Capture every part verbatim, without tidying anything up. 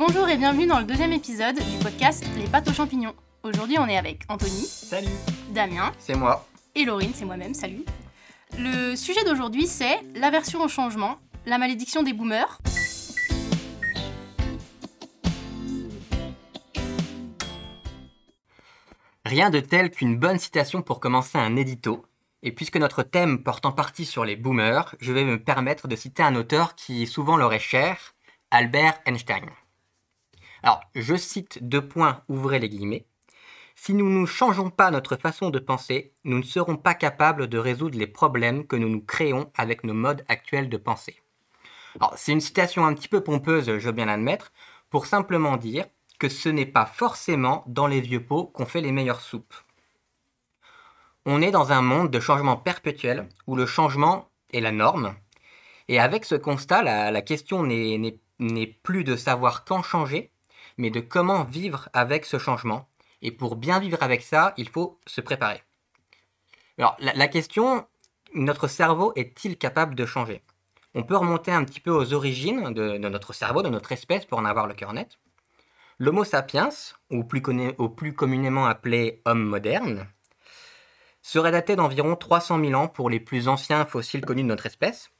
Bonjour et bienvenue dans le deuxième épisode du podcast Les pâtes aux champignons. Aujourd'hui, on est avec Anthony. Salut. Damien. C'est moi. Et Laurine, c'est moi-même, salut. Le sujet d'aujourd'hui, c'est l'aversion au changement, la malédiction des boomers. Rien de tel qu'une bonne citation pour commencer un édito. Et puisque notre thème porte en partie sur les boomers, je vais me permettre de citer un auteur qui souvent leur est cher, Albert Einstein. Alors, je cite deux points, ouvrez les guillemets. Si nous ne changeons pas notre façon de penser, nous ne serons pas capables de résoudre les problèmes que nous nous créons avec nos modes actuels de pensée. Alors, c'est une citation un petit peu pompeuse, je veux bien l'admettre, pour simplement dire que ce n'est pas forcément dans les vieux pots qu'on fait les meilleures soupes. On est dans un monde de changement perpétuel où le changement est la norme. Et avec ce constat, la, la question n'est, n'est, n'est plus de savoir quand changer, mais de comment vivre avec ce changement. Et pour bien vivre avec ça, il faut se préparer. Alors, la, la question, notre cerveau est-il capable de changer ? On peut remonter un petit peu aux origines de, de notre cerveau, de notre espèce, pour en avoir le cœur net. L'Homo sapiens, ou plus, conna- ou plus communément appelé homme moderne, serait daté d'environ trois cent mille ans pour les plus anciens fossiles connus de notre espèce.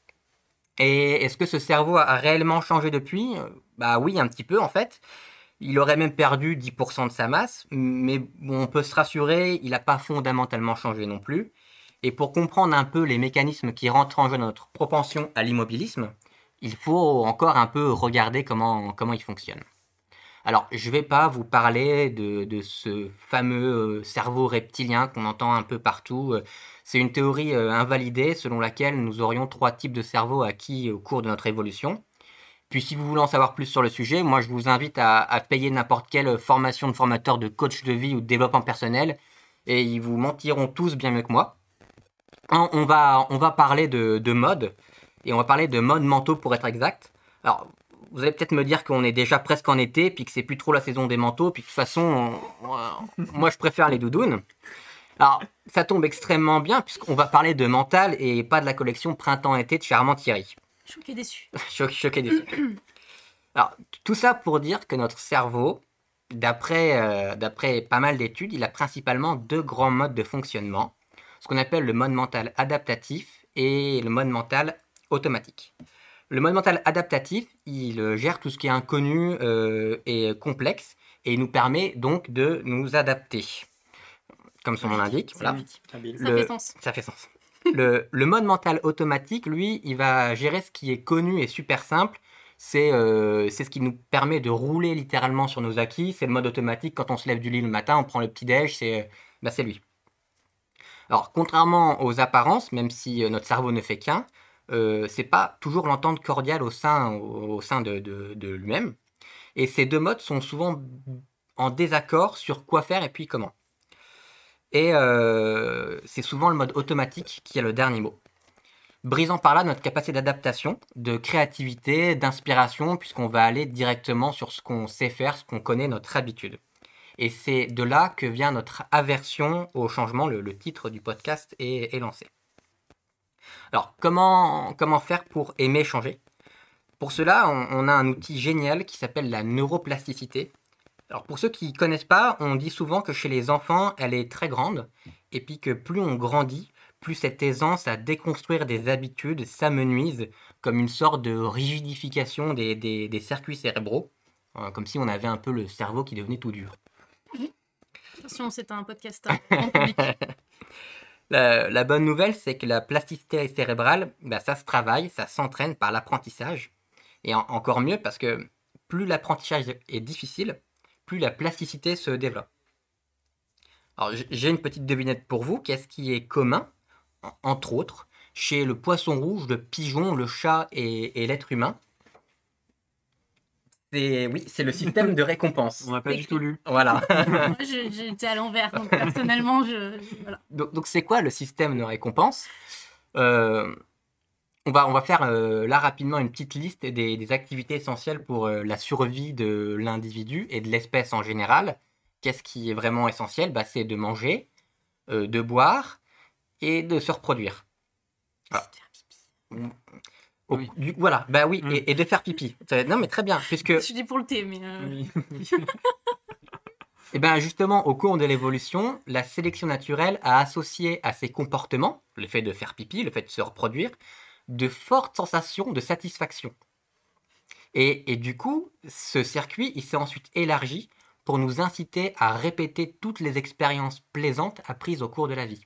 Et est-ce que ce cerveau a réellement changé depuis ? Bah oui, un petit peu en fait. Il aurait même perdu dix pour cent de sa masse, mais bon, on peut se rassurer, il n'a pas fondamentalement changé non plus. Et pour comprendre un peu les mécanismes qui rentrent en jeu dans notre propension à l'immobilisme, il faut encore un peu regarder comment, comment il fonctionne. Alors, je ne vais pas vous parler de, de ce fameux cerveau reptilien qu'on entend un peu partout. C'est une théorie invalidée selon laquelle nous aurions trois types de cerveaux acquis au cours de notre évolution. Puis si vous voulez en savoir plus sur le sujet, moi je vous invite à, à payer n'importe quelle formation de formateur de coach de vie ou de développement personnel et ils vous mentiront tous bien mieux que moi. On va, on va parler de, de mode et on va parler de modes mentaux pour être exact. Alors, vous allez peut-être me dire qu'on est déjà presque en été, puis que c'est plus trop la saison des manteaux, puis que de toute façon, on, on, moi je préfère les doudounes. Alors, ça tombe extrêmement bien, puisqu'on va parler de mental et pas de la collection Printemps-été de Charmant Thierry. Choqué déçu. Cho- choqué déçu. Alors, tout ça pour dire que notre cerveau, d'après, euh, d'après pas mal d'études, il a principalement deux grands modes de fonctionnement, ce qu'on appelle le mode mental adaptatif et le mode mental automatique. Le mode mental adaptatif, il gère tout ce qui est inconnu euh, et complexe et il nous permet donc de nous adapter. Comme son nom l'indique. Voilà. Ça Le... fait sens. Ça fait sens. Le, le mode mental automatique, lui, il va gérer ce qui est connu et super simple. C'est, euh, c'est ce qui nous permet de rouler littéralement sur nos acquis. C'est le mode automatique. Quand on se lève du lit le matin, on prend le petit-déj, c'est, bah, c'est lui. Alors, contrairement aux apparences, même si notre cerveau ne fait qu'un, Euh, c'est pas toujours l'entente cordiale au sein, au, au sein de, de, de lui-même. Et ces deux modes sont souvent en désaccord sur quoi faire et puis comment. Et euh, c'est souvent le mode automatique qui a le dernier mot. Brisant par là notre capacité d'adaptation, de créativité, d'inspiration, puisqu'on va aller directement sur ce qu'on sait faire, ce qu'on connaît, notre habitude. Et c'est de là que vient notre aversion au changement, le, le titre du podcast est, est lancé. Alors, comment, comment faire pour aimer changer ? Pour cela, on, on a un outil génial qui s'appelle la neuroplasticité. Alors, pour ceux qui ne connaissent pas, on dit souvent que chez les enfants, elle est très grande, et puis que plus on grandit, plus cette aisance à déconstruire des habitudes s'amenuise comme une sorte de rigidification des, des, des circuits cérébraux, euh, comme si on avait un peu le cerveau qui devenait tout dur. Attention, c'est un podcast en public. La, la bonne nouvelle, c'est que la plasticité cérébrale, bah, ça se travaille, ça s'entraîne par l'apprentissage. Et en, encore mieux parce que plus l'apprentissage est difficile, plus la plasticité se développe. Alors j'ai une petite devinette pour vous. Qu'est-ce qui est commun, entre autres, chez le poisson rouge, le pigeon, le chat et, et l'être humain ? C'est, oui, c'est le système de récompense. On n'a pas du tout lu. Voilà. Moi, je- j'étais à l'envers, donc personnellement, je... Voilà. Donc, donc c'est quoi le système de récompense ? euh, on, va, on va faire euh, là rapidement une petite liste des, des activités essentielles pour euh, la survie de l'individu et de l'espèce en général. Qu'est-ce qui est vraiment essentiel ? Bah, c'est de manger, euh, de boire et de se reproduire. Voilà. Au- Oui. du- voilà, bah oui, Mm. et, et de faire pipi. Ça- Non, mais très bien, puisque, Je dis pour le thé, mais... euh, Oui. eh ben justement, au cours de l'évolution, la sélection naturelle a associé à ces comportements, le fait de faire pipi, le fait de se reproduire, de fortes sensations de satisfaction. Et, et du coup, ce circuit, il s'est ensuite élargi pour nous inciter à répéter toutes les expériences plaisantes apprises au cours de la vie.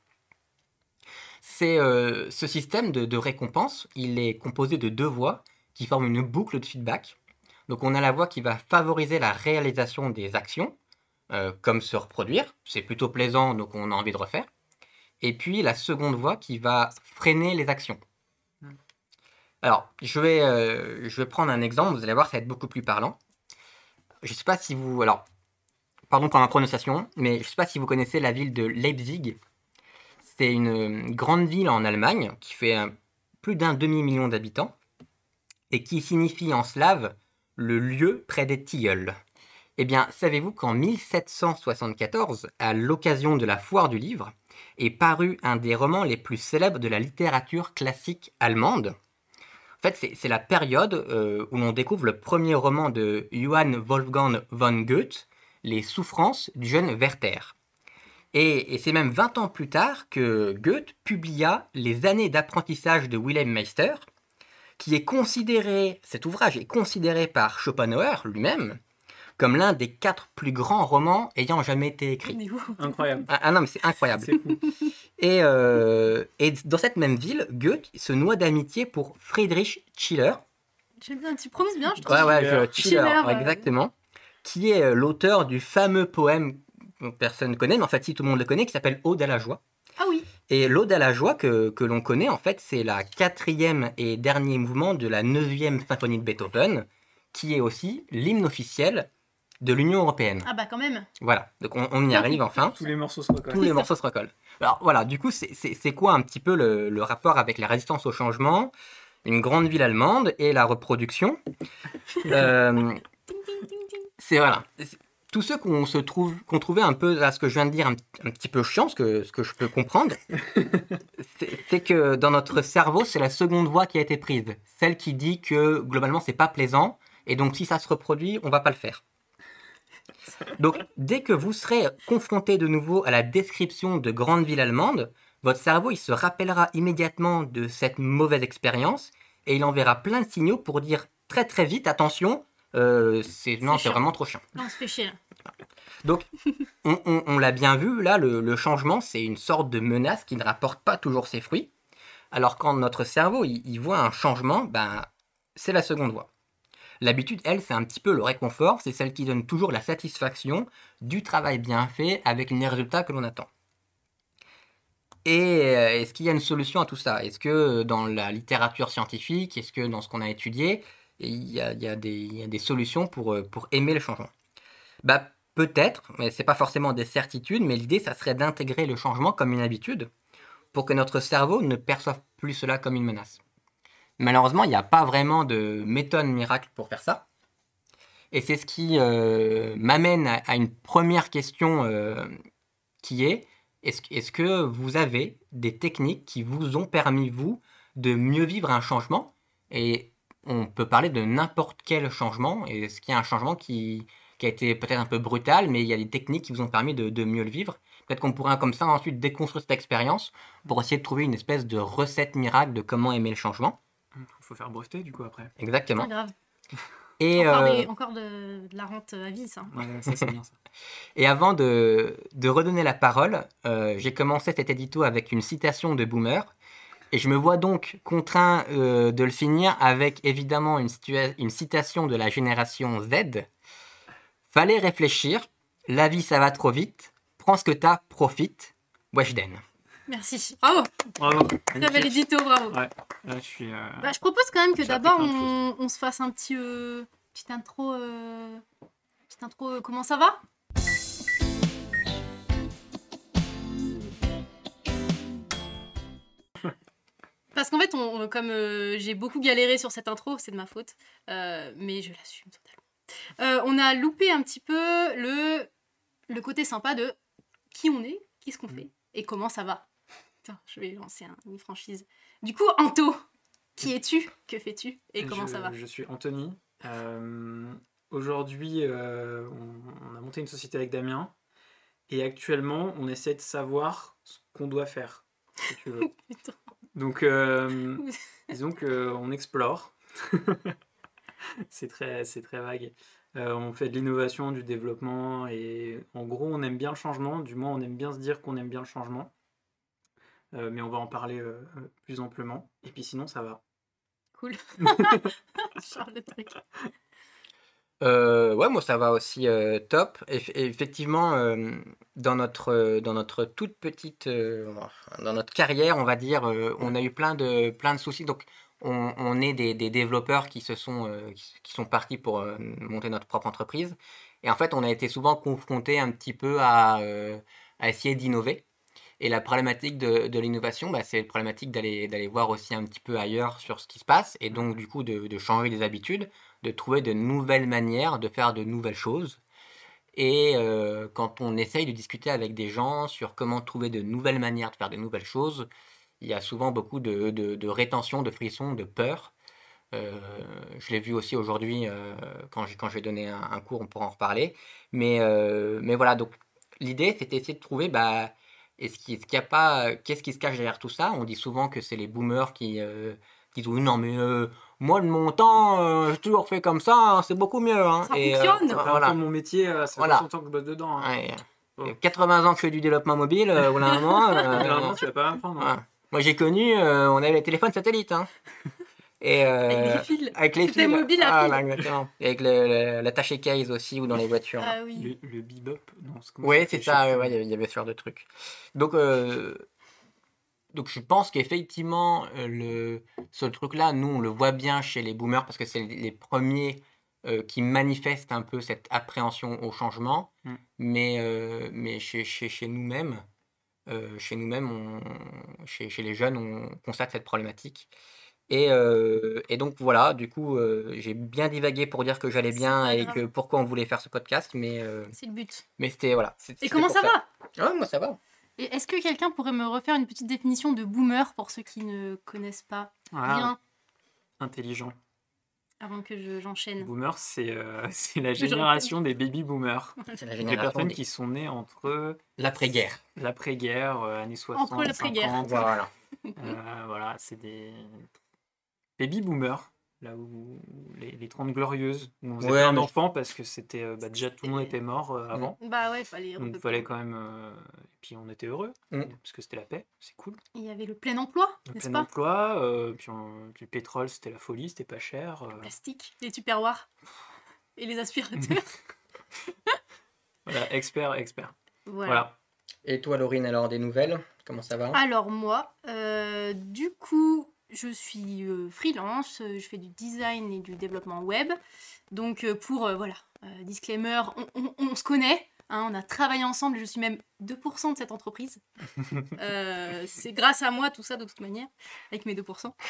C'est euh, ce système de, de récompense, il est composé de deux voies qui forment une boucle de feedback. Donc on a la voie qui va favoriser la réalisation des actions, euh, comme se reproduire, c'est plutôt plaisant, donc on a envie de refaire. Et puis la seconde voie qui va freiner les actions. Alors, je vais, euh, je vais prendre un exemple, vous allez voir, ça va être beaucoup plus parlant. Je ne sais pas si vous... Alors, pardon pour ma prononciation, mais je ne sais pas si vous connaissez la ville de Leipzig. C'est une grande ville en Allemagne qui fait un- plus d'un demi-million d'habitants et qui signifie en slave le lieu près des tilleuls. Eh bien, savez-vous qu'en mille sept cent soixante-quatorze, à l'occasion de la foire du livre, est paru un des romans les plus célèbres de la littérature classique allemande. En fait, c'est, c'est la période euh, où l'on découvre le premier roman de Johann Wolfgang von Goethe, Les souffrances du jeune Werther. Et, et c'est même vingt ans plus tard que Goethe publia Les années d'apprentissage de Wilhelm Meister, qui est considéré, cet ouvrage est considéré par Schopenhauer lui-même comme l'un des quatre plus grands romans ayant jamais été écrits. on est où Incroyable. Ah, ah non, mais c'est incroyable. C'est fou. Et, euh, et dans cette même ville, Goethe se noie d'amitié pour Friedrich Schiller. J'aime bien, tu prononces bien, je trouve. Ouais, ouais, Schiller. je- Schiller, Schiller, ouais, ouais. exactement. Qui est euh, l'auteur du fameux poème que personne ne connaît, mais en fait, si tout le monde le connaît, qui s'appelle Ode à la joie. Ah oui, Et l'Ode à la joie que, que l'on connaît, en fait, c'est la quatrième et dernier mouvement de la neuvième symphonie de Beethoven, qui est aussi l'hymne officiel de l'Union européenne. ah bah quand même. Voilà, donc on, on y arrive enfin. Tous les morceaux se recollent. Tous les morceaux se recollent. Alors voilà, du coup, c'est- c'est c'est quoi un petit peu le, le rapport avec la résistance au changement, une grande ville allemande et la reproduction. Euh, c'est voilà. C'est- Tous ceux qu'on se trouve, qu'on trouvait un peu, à ce que je viens de dire, un, un petit peu chiant, ce que, ce que je peux comprendre, c'est c'est que dans notre cerveau, c'est la seconde voie qui a été prise. Celle qui dit que globalement, c'est pas plaisant, et donc si ça se reproduit, on va pas le faire. Donc, dès que vous serez confronté de nouveau à la description de grandes villes allemandes, votre cerveau il se rappellera immédiatement de cette mauvaise expérience et il enverra plein de signaux pour dire très très vite attention, euh, c'est non, c'est chiant. vraiment trop chiant. Non, on se fait chier là. Donc, on, on- on l'a bien vu, là, le, le changement, c'est une sorte de menace qui ne rapporte pas toujours ses fruits. Alors, quand notre cerveau il, il voit un changement, ben, c'est la seconde voie. L'habitude, elle, c'est un petit peu le réconfort, c'est celle qui donne toujours la satisfaction du travail bien fait avec les résultats que l'on attend. Et euh, est-ce qu'il y a une solution à tout ça? Est-ce que euh, dans la littérature scientifique, est-ce que dans ce qu'on a étudié, il y a, il y a des, il y a des solutions pour, euh, pour aimer le changement? Bah, peut-être, mais c'est pas forcément des certitudes, mais l'idée, ça serait d'intégrer le changement comme une habitude pour que notre cerveau ne perçoive plus cela comme une menace. Malheureusement, il n'y a pas vraiment de méthode miracle pour faire ça. Et c'est ce qui euh, m'amène à, à une première question euh, qui est, est-ce, est-ce que vous avez des techniques qui vous ont permis, vous, de mieux vivre un changement? Et on peut parler de n'importe quel changement. Et est-ce qu'il y a un changement qui, qui a été peut-être un peu brutal, mais il y a des techniques qui vous ont permis de, de mieux le vivre? Peut-être qu'on pourrait comme ça ensuite déconstruire cette expérience pour essayer de trouver une espèce de recette miracle de comment aimer le changement. Il faut faire breveter du coup après. Exactement. Pas grave. Et, Encore, euh, des- encore de, de la rente à vie, ça. Ouais, ça c'est bien ça. et avant de, de redonner la parole, euh, j'ai commencé cet édito avec une citation de Boomer. Et je me vois donc contraint euh, de le finir avec évidemment une, situa- une citation de la génération Z. Fallait réfléchir, la vie ça va trop vite, prends ce que t'as, profite, Weshden. Merci. Bravo. Bravo. Très bel édito, bravo. Ouais. Là, je suis. euh, Bah, je propose quand même que J'ai appris d'abord plein de on, on se fasse un petit euh, petite intro. Euh, petite intro. euh, comment ça va? Parce qu'en fait, on, on- comme euh, j'ai beaucoup galéré sur cette intro, c'est de ma faute, euh, mais je l'assume totalement. Euh, on a loupé un petit peu le, le côté sympa de qui on est, qu'est-ce qu'on fait et comment ça va. Putain, je vais lancer un- une franchise. Du coup, Anto, Qui es-tu? Que fais-tu? Et comment je, ça va? Je suis Anthony. Euh, aujourd'hui, euh, on, on a monté une société avec Damien. Et actuellement, on essaie de savoir ce qu'on doit faire, si tu veux. Putain. Donc, euh, disons qu'on explore. c'est très, c'est très vague. Euh, on fait de l'innovation, du développement, et en gros, on aime bien le changement. Du moins, on aime bien se dire qu'on aime bien le changement. Euh, mais on va en parler euh, plus amplement. Et puis sinon, ça va. Cool. Genre le truc. Euh, ouais, moi ça va aussi euh, top. Eff- effectivement, euh, dans notre, euh, dans notre toute petite, euh, enfin, dans notre carrière, on va dire, euh, on a eu plein de, plein de soucis. Donc, on, on est des, des développeurs qui se sont, euh, qui, qui sont partis pour euh, monter notre propre entreprise. Et en fait, on a été souvent confrontés un petit peu à, euh, à essayer d'innover. Et la problématique de, de l'innovation, bah, c'est la problématique d'aller, d'aller voir aussi un petit peu ailleurs sur ce qui se passe, et donc du coup de, de changer des habitudes, de trouver de nouvelles manières de faire de nouvelles choses. Et euh, quand on essaye de discuter avec des gens sur comment trouver de nouvelles manières de faire de nouvelles choses, il y a souvent beaucoup de, de, de rétention, de frissons, de peur. Euh, je l'ai vu aussi aujourd'hui euh, quand j'ai, quand j'ai donné un, un cours, on pourra en reparler. Mais, euh, mais voilà, donc l'idée c'était d'essayer de trouver, bah, est-ce qu'il, est-ce qu'il y a pas, qu'est-ce qui se cache derrière tout ça? On dit souvent que c'est les boomers qui euh, disent oui, non, mais euh, moi de mon temps, euh, j'ai toujours fait comme ça, hein, c'est beaucoup mieux. Hein. Ça Et euh, fonctionne. C'est un voilà. peu mon métier, euh, ça fait Voilà. soixante ans que je bosse dedans. Hein. Ouais. Bon. Et quatre-vingts ans que je fais du développement mobile, euh, au bout d'un moment, euh, Généralement, tu vas pas m'apprendre. Hein. voilà. Moi j'ai connu, euh, on avait les téléphones satellites. Hein. Et Avec euh, les fils. avec les C'était fils. mobile à Ah, fil. là, exactement. Et avec le, le- l'attaché case aussi, ou dans les voitures. Ah oui. Le, le bebop, non, c'est comme Ouais, c'est je sais ça, plus. ouais, ouais, il y avait- il y avait ce genre de truc. Donc, euh, donc je pense qu'effectivement, euh, le, ce truc-là, nous, on le voit bien chez les boomers, parce que c'est les premiers euh, qui manifestent un peu cette appréhension au changement. Mm. Mais, euh, mais chez, chez, chez nous-mêmes, euh, chez nous-mêmes, on- chez, chez les jeunes, on constate cette problématique. Et, euh, et donc voilà, du coup, euh, j'ai bien divagué pour dire que j'allais C'est bien pas et grave. que pourquoi on voulait faire ce podcast, mais, euh, C'est le but. mais c'était voilà. c'est- Et c'était comment pour ça va? Ah, moi ça va. Et est-ce que quelqu'un pourrait me refaire une petite définition de boomer pour ceux qui ne connaissent pas Voilà, bien intelligent. avant que je, j'enchaîne? Boomer, c'est euh, c'est la Je génération des baby boomers. C'est la Les génération personnes des- qui sont nées entre l'après-guerre. l'après-guerre, euh, années soixante, Entre l'après-guerre. cinquante. Voilà. Euh, voilà, c'est des baby boomers, là où les, les trente glorieuses, où on faisait Ouais, plein mais je- d'enfants parce que c'était euh, bah, déjà tout le monde C'était- était mort euh, avant. Bah ouais, fallait. Donc il fallait quand même. euh, Et puis on était heureux, Mm. parce que c'était la paix, c'est cool. Il y avait le plein emploi, Le n'est-ce plein pas? emploi, euh, puis, on- puis le pétrole c'était la folie, c'était pas cher. euh, Plastique, les tupperwares et les aspirateurs. Voilà, expert, expert. Voilà. Voilà. Et toi, Laurine, alors des nouvelles? Comment ça va? Alors moi, euh, du coup, je suis euh, freelance, euh, je fais du design et du développement web. Donc euh, pour, euh, voilà, euh, disclaimer, on, on- on se connaît, hein, on a travaillé ensemble, je suis même deux pour cent de cette entreprise. Euh, c'est grâce à moi tout ça de toute manière, avec mes deux pour cent.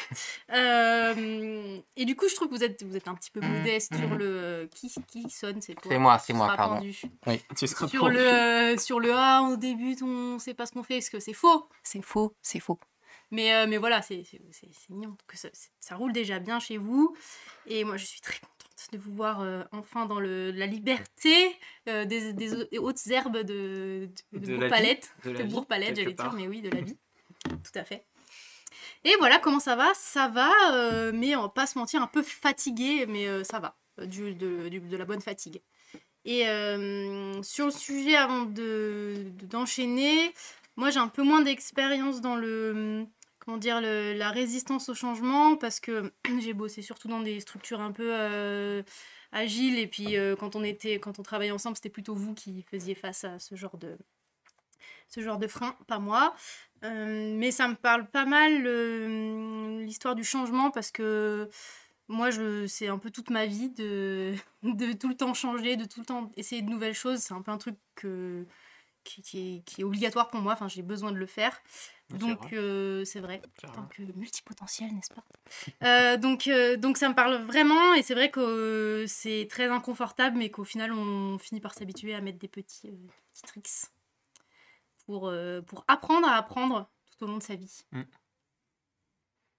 Euh, et du coup, je trouve que vous êtes, vous êtes un petit peu modeste sur le... Qui, qui sonne, c'est toi? C'est moi, c'est Tu moi, seras pardon. pendu. Tu seras Sur pendu. le, euh, sur le A, on débute, on sait pas ce qu'on fait, parce que c'est faux. C'est faux, c'est faux. Mais, euh, mais voilà, c'est c'est- c'est- c'est mignon, que ça, c'est- ça roule déjà bien chez vous. Et moi, je suis très contente de vous voir euh, enfin dans le, la liberté euh, des, des, des hautes herbes de, de, De de la Bourg-Palette. vie, de la De vie, Bourg-Palette, quelque j'allais dire, part. mais oui, de la vie. Tout à fait. Et voilà, comment ça va? Ça va, euh, mais on va pas se mentir, un peu fatigué, mais euh, ça va. Euh, Du, de, du- de la bonne fatigue. Et euh, sur le sujet, avant de, de- d'enchaîner, moi j'ai un peu moins d'expérience dans le, comment dire, le- la résistance au changement, parce que j'ai bossé surtout dans des structures un peu euh, agiles, et puis euh, quand on était, quand on travaillait ensemble, c'était plutôt vous qui faisiez face à ce genre de, ce genre de frein, pas moi. Euh, mais ça me parle pas mal euh, l'histoire du changement, parce que moi, je, c'est un peu toute ma vie de, de tout le temps changer, de tout le temps essayer de nouvelles choses. C'est un peu un truc que, qui, qui est, qui est obligatoire pour moi. Enfin, j'ai besoin de le faire. C'est Donc, vrai. euh, c'est vrai. C'est En vrai. tant que multipotentiel, n'est-ce pas? Euh, donc, euh, donc, ça me parle vraiment. Et c'est vrai que euh, c'est très inconfortable, mais qu'au final, on finit par s'habituer à mettre des petits, euh, petits tricks pour, euh, pour apprendre à apprendre tout au long de sa vie.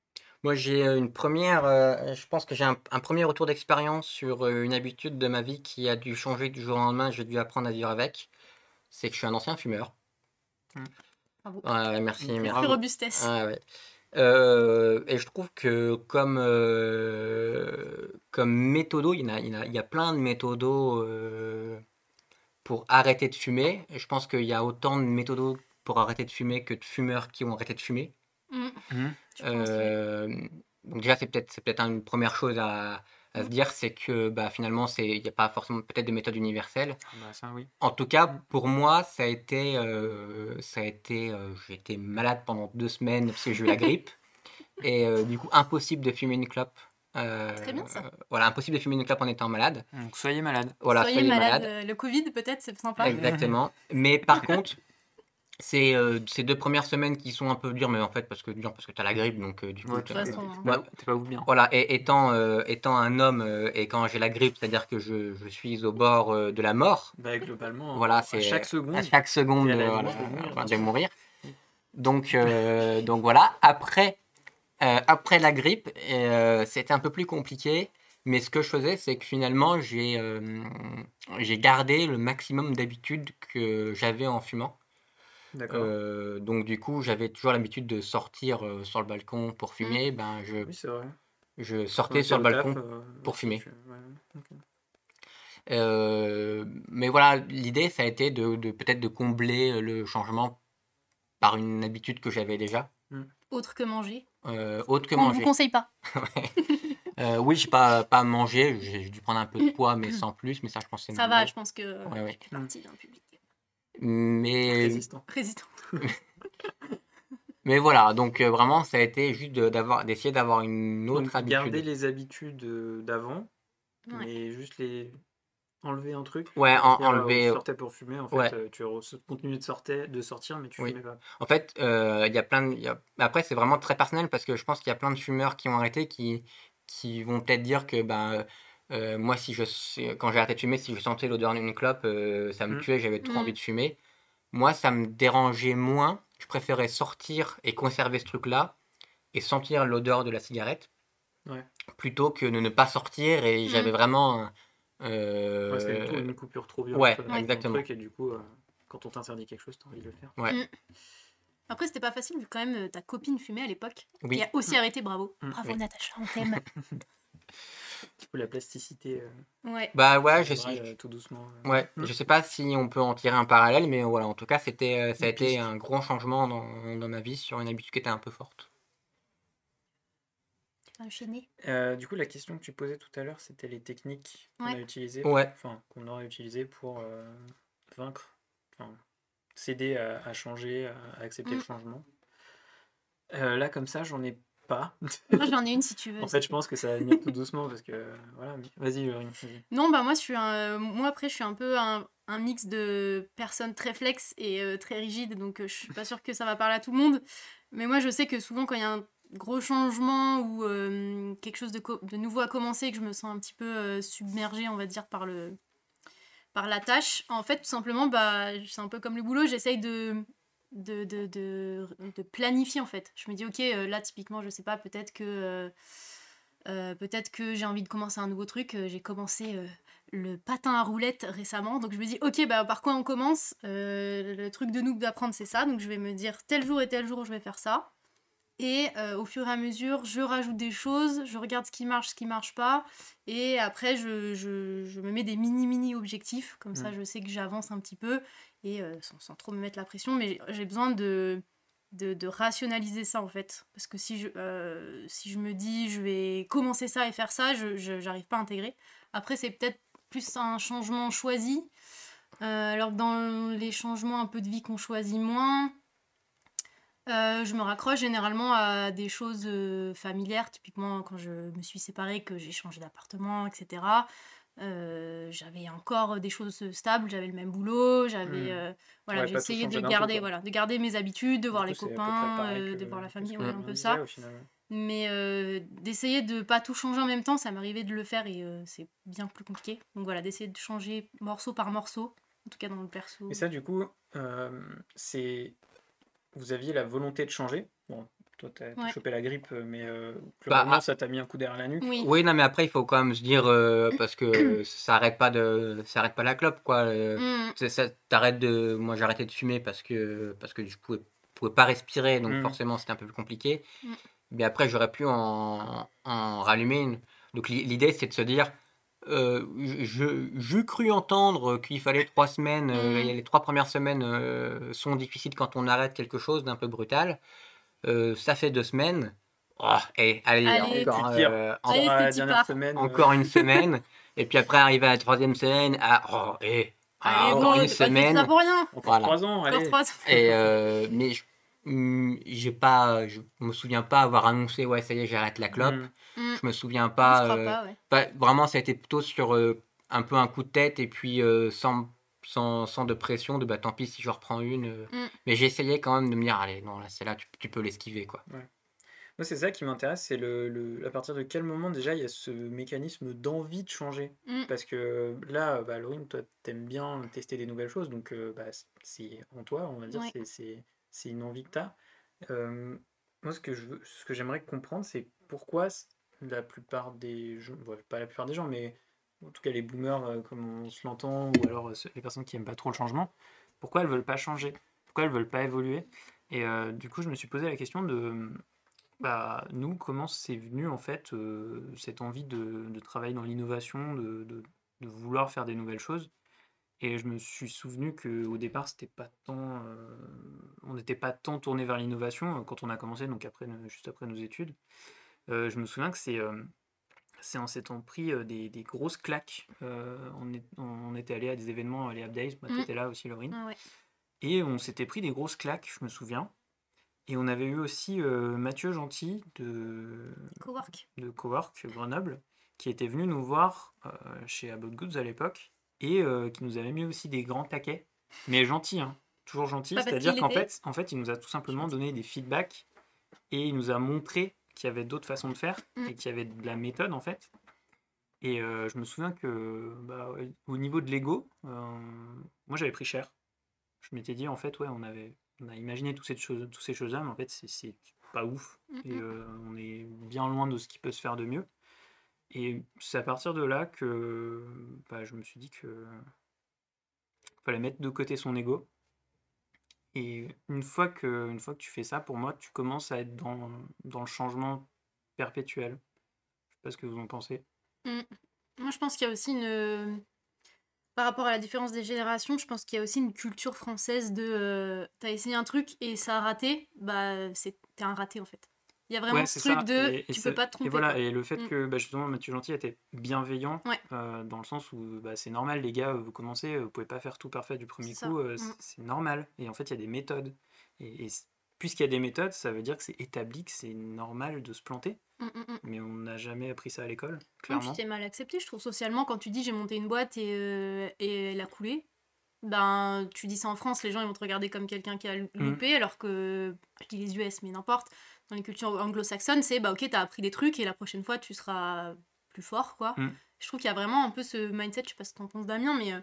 Moi, j'ai euh, une première, euh, je pense que j'ai un, un premier retour d'expérience sur euh, une habitude de ma vie qui a dû changer du jour au lendemain. J'ai dû apprendre à vivre avec. C'est que je suis un ancien fumeur. Bravo. Ouais, ouais, merci, Bravo. merci. Sacrée robustesse. Ouais, ouais. Euh, et je trouve que comme, euh, comme méthodo, il y, en a, il, y en a, il y a plein de méthodos euh, pour arrêter de fumer. Et je pense qu'il y a autant de méthodos pour arrêter de fumer que de fumeurs qui ont arrêté de fumer. Mm. Mhm. Je pense, ouais. Euh, donc déjà, c'est peut-être c'est peut-être une première chose à, à se Mm. dire, c'est que bah, finalement, c'est- il n'y a pas forcément peut-être de méthode universelle. Ah bah ça, oui. En tout cas, pour moi, ça a été, euh, ça a été, euh, j'ai été malade pendant deux semaines parce que j'ai eu la grippe. Et euh, du coup, impossible de fumer une clope. Euh, Très bien, ça. Voilà, impossible de fumer une clope en étant malade. Donc soyez malade. Voilà, Soyez soyez malade. malade. euh, le Covid, peut-être, c'est sympa. Exactement. Mais par contre, c'est euh, ces deux premières semaines qui sont un peu dures, mais en fait, parce que dur, parce que t'as la grippe, donc euh, du coup, Ouais, t'as- de toute t'es façon, t'es hein. pas, t'es pas ouf bien. voilà, et étant, euh, étant un homme euh, et quand j'ai la grippe, c'est-à-dire que je, je suis au bord euh, de la mort, Bah, globalement, voilà, à c'est chaque seconde, à chaque seconde t'es à de, la voilà, limite de mourir, voilà, bien de sûr. mourir. Donc, euh, donc voilà, après, euh, après la grippe, euh, c'était un peu plus compliqué, mais ce que je faisais, c'est que finalement, j'ai euh, j'ai gardé le maximum d'habitudes que j'avais en fumant. D'accord. Euh, donc du coup, j'avais toujours l'habitude de sortir euh, sur le balcon pour fumer. Ben, je, Oui, c'est vrai. je Quand sortais on était sur le au balcon taf, euh, pour aussi, fumer. tu- ouais, ok. Euh, mais voilà, l'idée, ça a été de, de peut-être de combler le changement par une habitude que j'avais déjà, Autre que manger. euh, autre que On ne vous manger. conseille pas. Ouais. Euh, oui, j'ai pas, pas mangé, j'ai dû prendre un peu de poids, mais sans plus, mais ça, je pense que c'est Ça normal. va, je pense que Ouais, ouais. tu fais partie d'un public Mais, Résistant. résistant. mais voilà, donc euh, vraiment, ça a été juste de- d'avoir, d'essayer d'avoir une autre Donc, habitude. garder les habitudes euh, d'avant, Ouais. mais juste les enlever un truc. Ouais, en- C'est-à-dire, euh, enlever. tu sortais pour fumer, en fait, Ouais. euh, tu re- continuais de sortir, de sortir, mais tu Oui. fumais pas. En fait, euh, il y a plein de... il y a- Après, c'est vraiment très personnel parce que je pense qu'il y a plein de fumeurs qui ont arrêté qui, qui vont peut-être dire que ben, euh, moi, si je, si- quand j'ai arrêté de fumer, si je sentais l'odeur d'une clope, euh, ça me Mm. tuait, j'avais trop Mm. envie de fumer. Moi, ça me dérangeait moins. Je préférais sortir et conserver ce truc-là et sentir l'odeur de la cigarette Ouais. plutôt que de ne pas sortir et j'avais Mm. vraiment... un- euh, Ouais, c'est une, une coupure trop violente ouais, euh, dans le exactement. truc, et du coup, euh, quand on t'interdit quelque chose, t'as envie de le faire. Ouais. Mm. Après, c'était pas facile vu que quand même euh, ta copine fumait à l'époque. Oui. Qui a aussi arrêté, bravo. Mm. Bravo Oui. Natacha, on t'aime. Du coup, la plasticité euh, Ouais. Bah ouais, je cérébrale, suis... euh, tout doucement. euh, Ouais, mm. je sais pas si on peut en tirer un parallèle, mais voilà, en tout cas, c'était, euh, ça a Une été piste. un gros changement dans, dans ma vie sur une habitude qui était un peu forte. Enchaîné. Euh, du coup, la question que tu posais tout à l'heure, c'était les techniques qu'on Ouais. a utilisées, Ouais. enfin, qu'on aurait utilisées pour euh, vaincre, enfin, s'aider à, à changer, à, à accepter Mm. le changement. Euh, là, comme ça, j'en ai pas. Moi, j'en ai une si tu veux. En si fait, tu je pense que ça va venir tout doucement parce que euh, voilà. mais- Vas-y, Laurie, vas-y. Non, bah moi, je suis un... moi après, je suis un peu un, un mix de personnes très flex et euh, très rigides, donc euh, je suis pas sûre que ça va parler à tout le monde. Mais moi, je sais que souvent, quand il y a un gros changement ou euh, quelque chose de, co- de nouveau à commencer, que je me sens un petit peu euh, submergée, on va dire, par le par la tâche, en fait, tout simplement, bah, c'est un peu comme le boulot, j'essaye de de, de, de, de planifier en fait. Je me dis, ok, euh, là typiquement, je sais pas, peut-être que euh, euh, peut-être que j'ai envie de commencer un nouveau truc. Euh, j'ai commencé euh, le patin à roulettes récemment, donc je me dis, ok, bah par quoi on commence. Euh, Le truc de noob d'apprendre, c'est ça, donc je vais me dire tel jour et tel jour, je vais faire ça. Et euh, au fur et à mesure, je rajoute des choses, je regarde ce qui marche, ce qui marche pas, et après, je, je, je me mets des mini-mini objectifs, comme ça, Mm. je sais que j'avance un petit peu, et euh, sans, sans trop me mettre la pression, mais j'ai besoin de, de, de rationaliser ça, en fait. Parce que si je, euh, si je me dis, je vais commencer ça et faire ça, je, je, j'arrive pas à intégrer. Après, c'est peut-être plus un changement choisi, euh, alors que dans les changements un peu de vie qu'on choisit moins... Euh, je me raccroche généralement à des choses euh, familières, typiquement quand je me suis séparée, que j'ai changé d'appartement, et cetera. Euh, j'avais encore des choses stables, j'avais le même boulot, j'avais... Hmm. euh, voilà, Ouais, j'ai pas tout essayé de changer d'un garder, coup, quoi. voilà, de garder mes habitudes, de Du voir coup, les c'est à peu près copains, pareil euh, que- de voir la que famille, ce ouais, qu'on un peu disait, ça. au final. Mais euh, d'essayer de pas tout changer en même temps, ça m'arrivait de le faire et euh, c'est bien plus compliqué. Donc voilà, d'essayer de changer morceau par morceau, en tout cas dans le perso. Et ça, du coup, euh, c'est... Vous aviez la volonté de changer. Bon, toi, t'as, t'as Ouais. chopé la grippe, mais euh, Bah, globalement, ah, ça t'a mis un coup derrière la nuque. Oui. oui, non, mais après, il faut quand même se dire, euh, parce que ça arrête pas de, ça arrête pas la clope, quoi. euh, Mm. c'est- ça, t'arrêtes de, moi, j'ai arrêté de fumer parce que, parce que je pouvais, pouvais pas respirer, donc Mm. forcément, c'était un peu plus compliqué. Mm. Mais après, j'aurais pu en, en rallumer une. Donc, l'i- l'idée, c'est de se dire, euh, je, je cru entendre qu'il fallait trois semaines, euh, Mm. les trois premières semaines euh, sont difficiles quand on arrête quelque chose d'un peu brutal. Euh, ça fait deux semaines. Oh, et allez, Allez. Et tu encore, tires, euh, tu en- tires Allez, à la c'est dernière part. semaine. euh, encore une semaine. Et puis après, arriver à la troisième semaine, ah, oh, et, ah, Allez, encore bon, une t'as pas fait ça semaine. pour rien. Encore Voilà. trois ans, Encore allez. trois. Et, euh, mais je, hum, j'ai pas, je me souviens pas avoir annoncé, ouais, ça y est, j'arrête la clope. Mm. Mm. Je me souviens Je pas. crois euh, pas, ouais. pas- vraiment, ça a été plutôt sur euh, un peu un coup de tête et puis euh, sans, sans, sans de pression, de bah tant pis si je reprends une. euh. Mm. Mais j'essayais quand même de me dire, allez, non, là, celle-là, tu, tu peux l'esquiver, quoi. Moi, c'est ça qui m'intéresse, c'est le, le- à partir de quel moment déjà il y a ce mécanisme d'envie de changer. Mm. Parce que là, bah, Laurine, toi, t'aimes bien tester des nouvelles choses, donc euh, bah, c'est en toi, on va dire, Ouais. c'est, c'est, c'est une envie que t'as. Euh, moi, ce que je veux, ce que j'aimerais comprendre, c'est pourquoi c- la plupart des gens, bon, pas la plupart des gens, mais en tout cas les boomers, euh, comme on se l'entend, ou alors euh, ceux- les personnes qui aiment pas trop le changement, pourquoi elles veulent pas changer? Pourquoi elles veulent pas évoluer? Et euh, du coup, je me suis posé la question de bah, nous, comment c'est venu en fait euh, cette envie de, de travailler dans l'innovation, de, de- de vouloir faire des nouvelles choses. Et je me suis souvenu qu'au départ, c'était pas tant, euh, on n'était pas tant tourné vers l'innovation euh, quand on a commencé, donc après, nos- juste après nos études. Euh, je me souviens que c'est euh, c'est en s'étant pris euh, des, des grosses claques. Euh, on, est- on était allé à des événements, les Up Days, bah, Mm. t'étais là aussi, Laurine. Ah ouais. Et on s'était pris des grosses claques, je me souviens. Et on avait eu aussi euh, Mathieu Gentil de, Cowork. de Cowork Grenoble qui était venu nous voir euh, chez About Goods à l'époque et euh, qui nous avait mis aussi des grands taquets, mais gentil, hein, toujours gentil, Pas parce c'est-à-dire qu'il qu'en était fait, en fait, il nous a tout simplement gentil. donné des feedbacks et il nous a montré qu'il y avait d'autres façons de faire Mm. et qu'il y avait de la méthode en fait. Et euh, je me souviens que bah, ouais, au niveau de l'ego, euh, moi j'avais pris cher. Je m'étais dit en fait ouais on avait on a imaginé toutes ces choses, toutes ces choses-là, mais en fait c'est c'est pas ouf Mm, et mm. euh, on est bien loin de ce qui peut se faire de mieux. Et c'est à partir de là que bah, je me suis dit que fallait mettre de côté son ego. Et une fois que une fois que tu fais ça, pour moi, tu commences à être dans, dans le changement perpétuel. Je sais pas ce que vous en pensez. Mm. Moi, je pense qu'il y a aussi une. Par rapport à la différence des générations, je pense qu'il y a aussi une culture française de. euh, T'as essayé un truc et ça a raté, bah, c'est... t'es un raté en fait. Il y a vraiment Ouais, ce c'est truc ça. de. Et, et Tu c'est- peux pas te et tromper. voilà, Quoi. et le fait Mm. que bah, justement Mathieu Gentil était bienveillant, Ouais. euh, dans le sens où bah, c'est normal, les gars, vous commencez, vous pouvez pas faire tout parfait du premier C'est ça. coup, euh, Mm. c'est c'est normal. Et en fait, il y a des méthodes. Et, et c- puisqu'il y a des méthodes, ça veut dire que c'est établi, que c'est normal de se planter. Mm, mm, mm. Mais on n'a jamais appris ça à l'école, Non, puis clairement. c'est mal accepté, je trouve, socialement, quand tu dis j'ai monté une boîte et, euh, et elle a coulé. Ben, tu dis ça en France, les gens ils vont te regarder comme quelqu'un qui a Mm. loupé, alors que, je dis les U S, mais n'importe, dans les cultures anglo-saxonnes, c'est bah ok, t'as appris des trucs et la prochaine fois tu seras plus fort, quoi. Mm. Je trouve qu'il y a vraiment un peu ce mindset, je sais pas ce que t'en penses Damien, mais euh,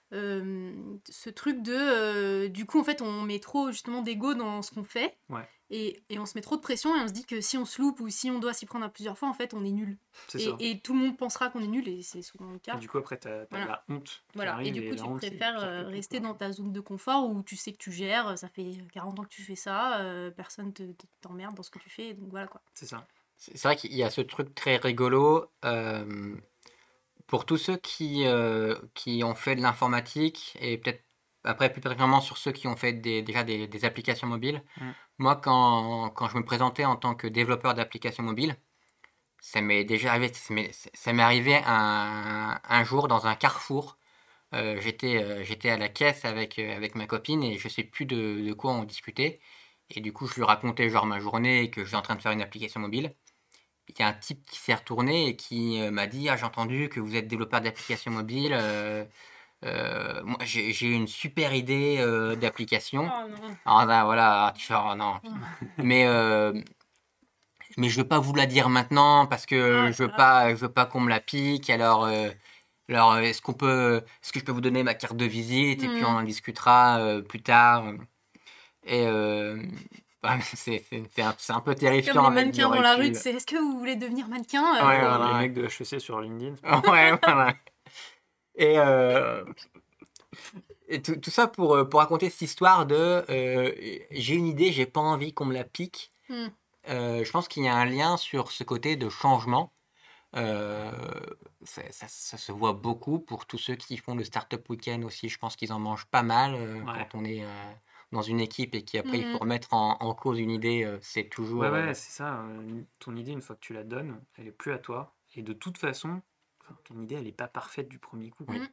euh, ce truc de. euh, du coup, en fait, on met trop justement d'ego dans ce qu'on fait. Ouais. Et, et on se met trop de pression et on se dit que si on se loupe ou si on doit s'y prendre à plusieurs fois, en fait, on est nul. C'est Et, ça. et tout le monde pensera qu'on est nul et c'est souvent le Et cas. du coup, après, t'as t'as Voilà. la honte qui Voilà. arrive. Et du coup, la tu honte, c'est préfères pire euh, que tout, rester quoi. dans ta zone de confort où tu sais que tu gères, ça fait quarante ans que tu fais ça, euh, personne te, te- t'emmerde dans ce que tu fais, donc voilà quoi. C'est ça. C'est c'est vrai qu'il y a ce truc très rigolo euh, pour tous ceux qui, euh, qui ont fait de l'informatique et peut-être après plus particulièrement sur ceux qui ont fait des, déjà des, des applications mobiles. Mm. Moi, quand, quand je me présentais en tant que développeur d'applications mobiles, ça m'est déjà arrivé, ça m'est ça m'est arrivé un, un jour dans un carrefour. Euh, j'étais euh, j'étais à la caisse avec, euh, avec ma copine et je sais plus de, de quoi on discutait. Et du coup, je lui racontais genre ma journée et que j'étais en train de faire une application mobile. Il y a un type qui s'est retourné et qui euh, m'a dit: Ah, j'ai entendu que vous êtes développeur d'applications mobiles. euh, euh, moi, j'ai j'ai une super idée euh, d'application. Oh non. Alors là, voilà, tu fais: Oh non. Mais, euh, mais je veux pas vous la dire maintenant parce que Ah, je veux ah. pas, je veux pas qu'on me la pique. Alors, euh, alors est-ce qu'on peut, est-ce que je peux vous donner ma carte de visite et puis Mm. on en discutera euh, plus tard. Et, euh, bah, c'est c'est c'est un c'est un peu Comme terrifiant les avec du mannequins dans la rue, recul. c'est est-ce que vous voulez devenir mannequin Ouais, Euh, voilà, Les ouais. mecs de H E C sur LinkedIn, c'est pareil. Ouais, voilà. Et, euh, et tout, tout ça pour, euh, pour raconter cette histoire de euh, j'ai une idée, j'ai pas envie qu'on me la pique. hmm. Euh, je pense qu'il y a un lien sur ce côté de changement. Euh, ça, ça- ça se voit beaucoup pour tous ceux qui font le Startup Weekend aussi. Je pense qu'ils en mangent pas mal euh, Ouais. quand on est euh, dans une équipe et qu'après il faut Mhm. remettre en, en cause une idée. euh, c'est toujours. Ouais, euh, ouais, c'est ça. euh, Ton idée, une fois que tu la donnes, elle est plus à toi. Et de toute façon, enfin, ton idée, elle est pas parfaite du premier coup, quoi. Oui. Mhm.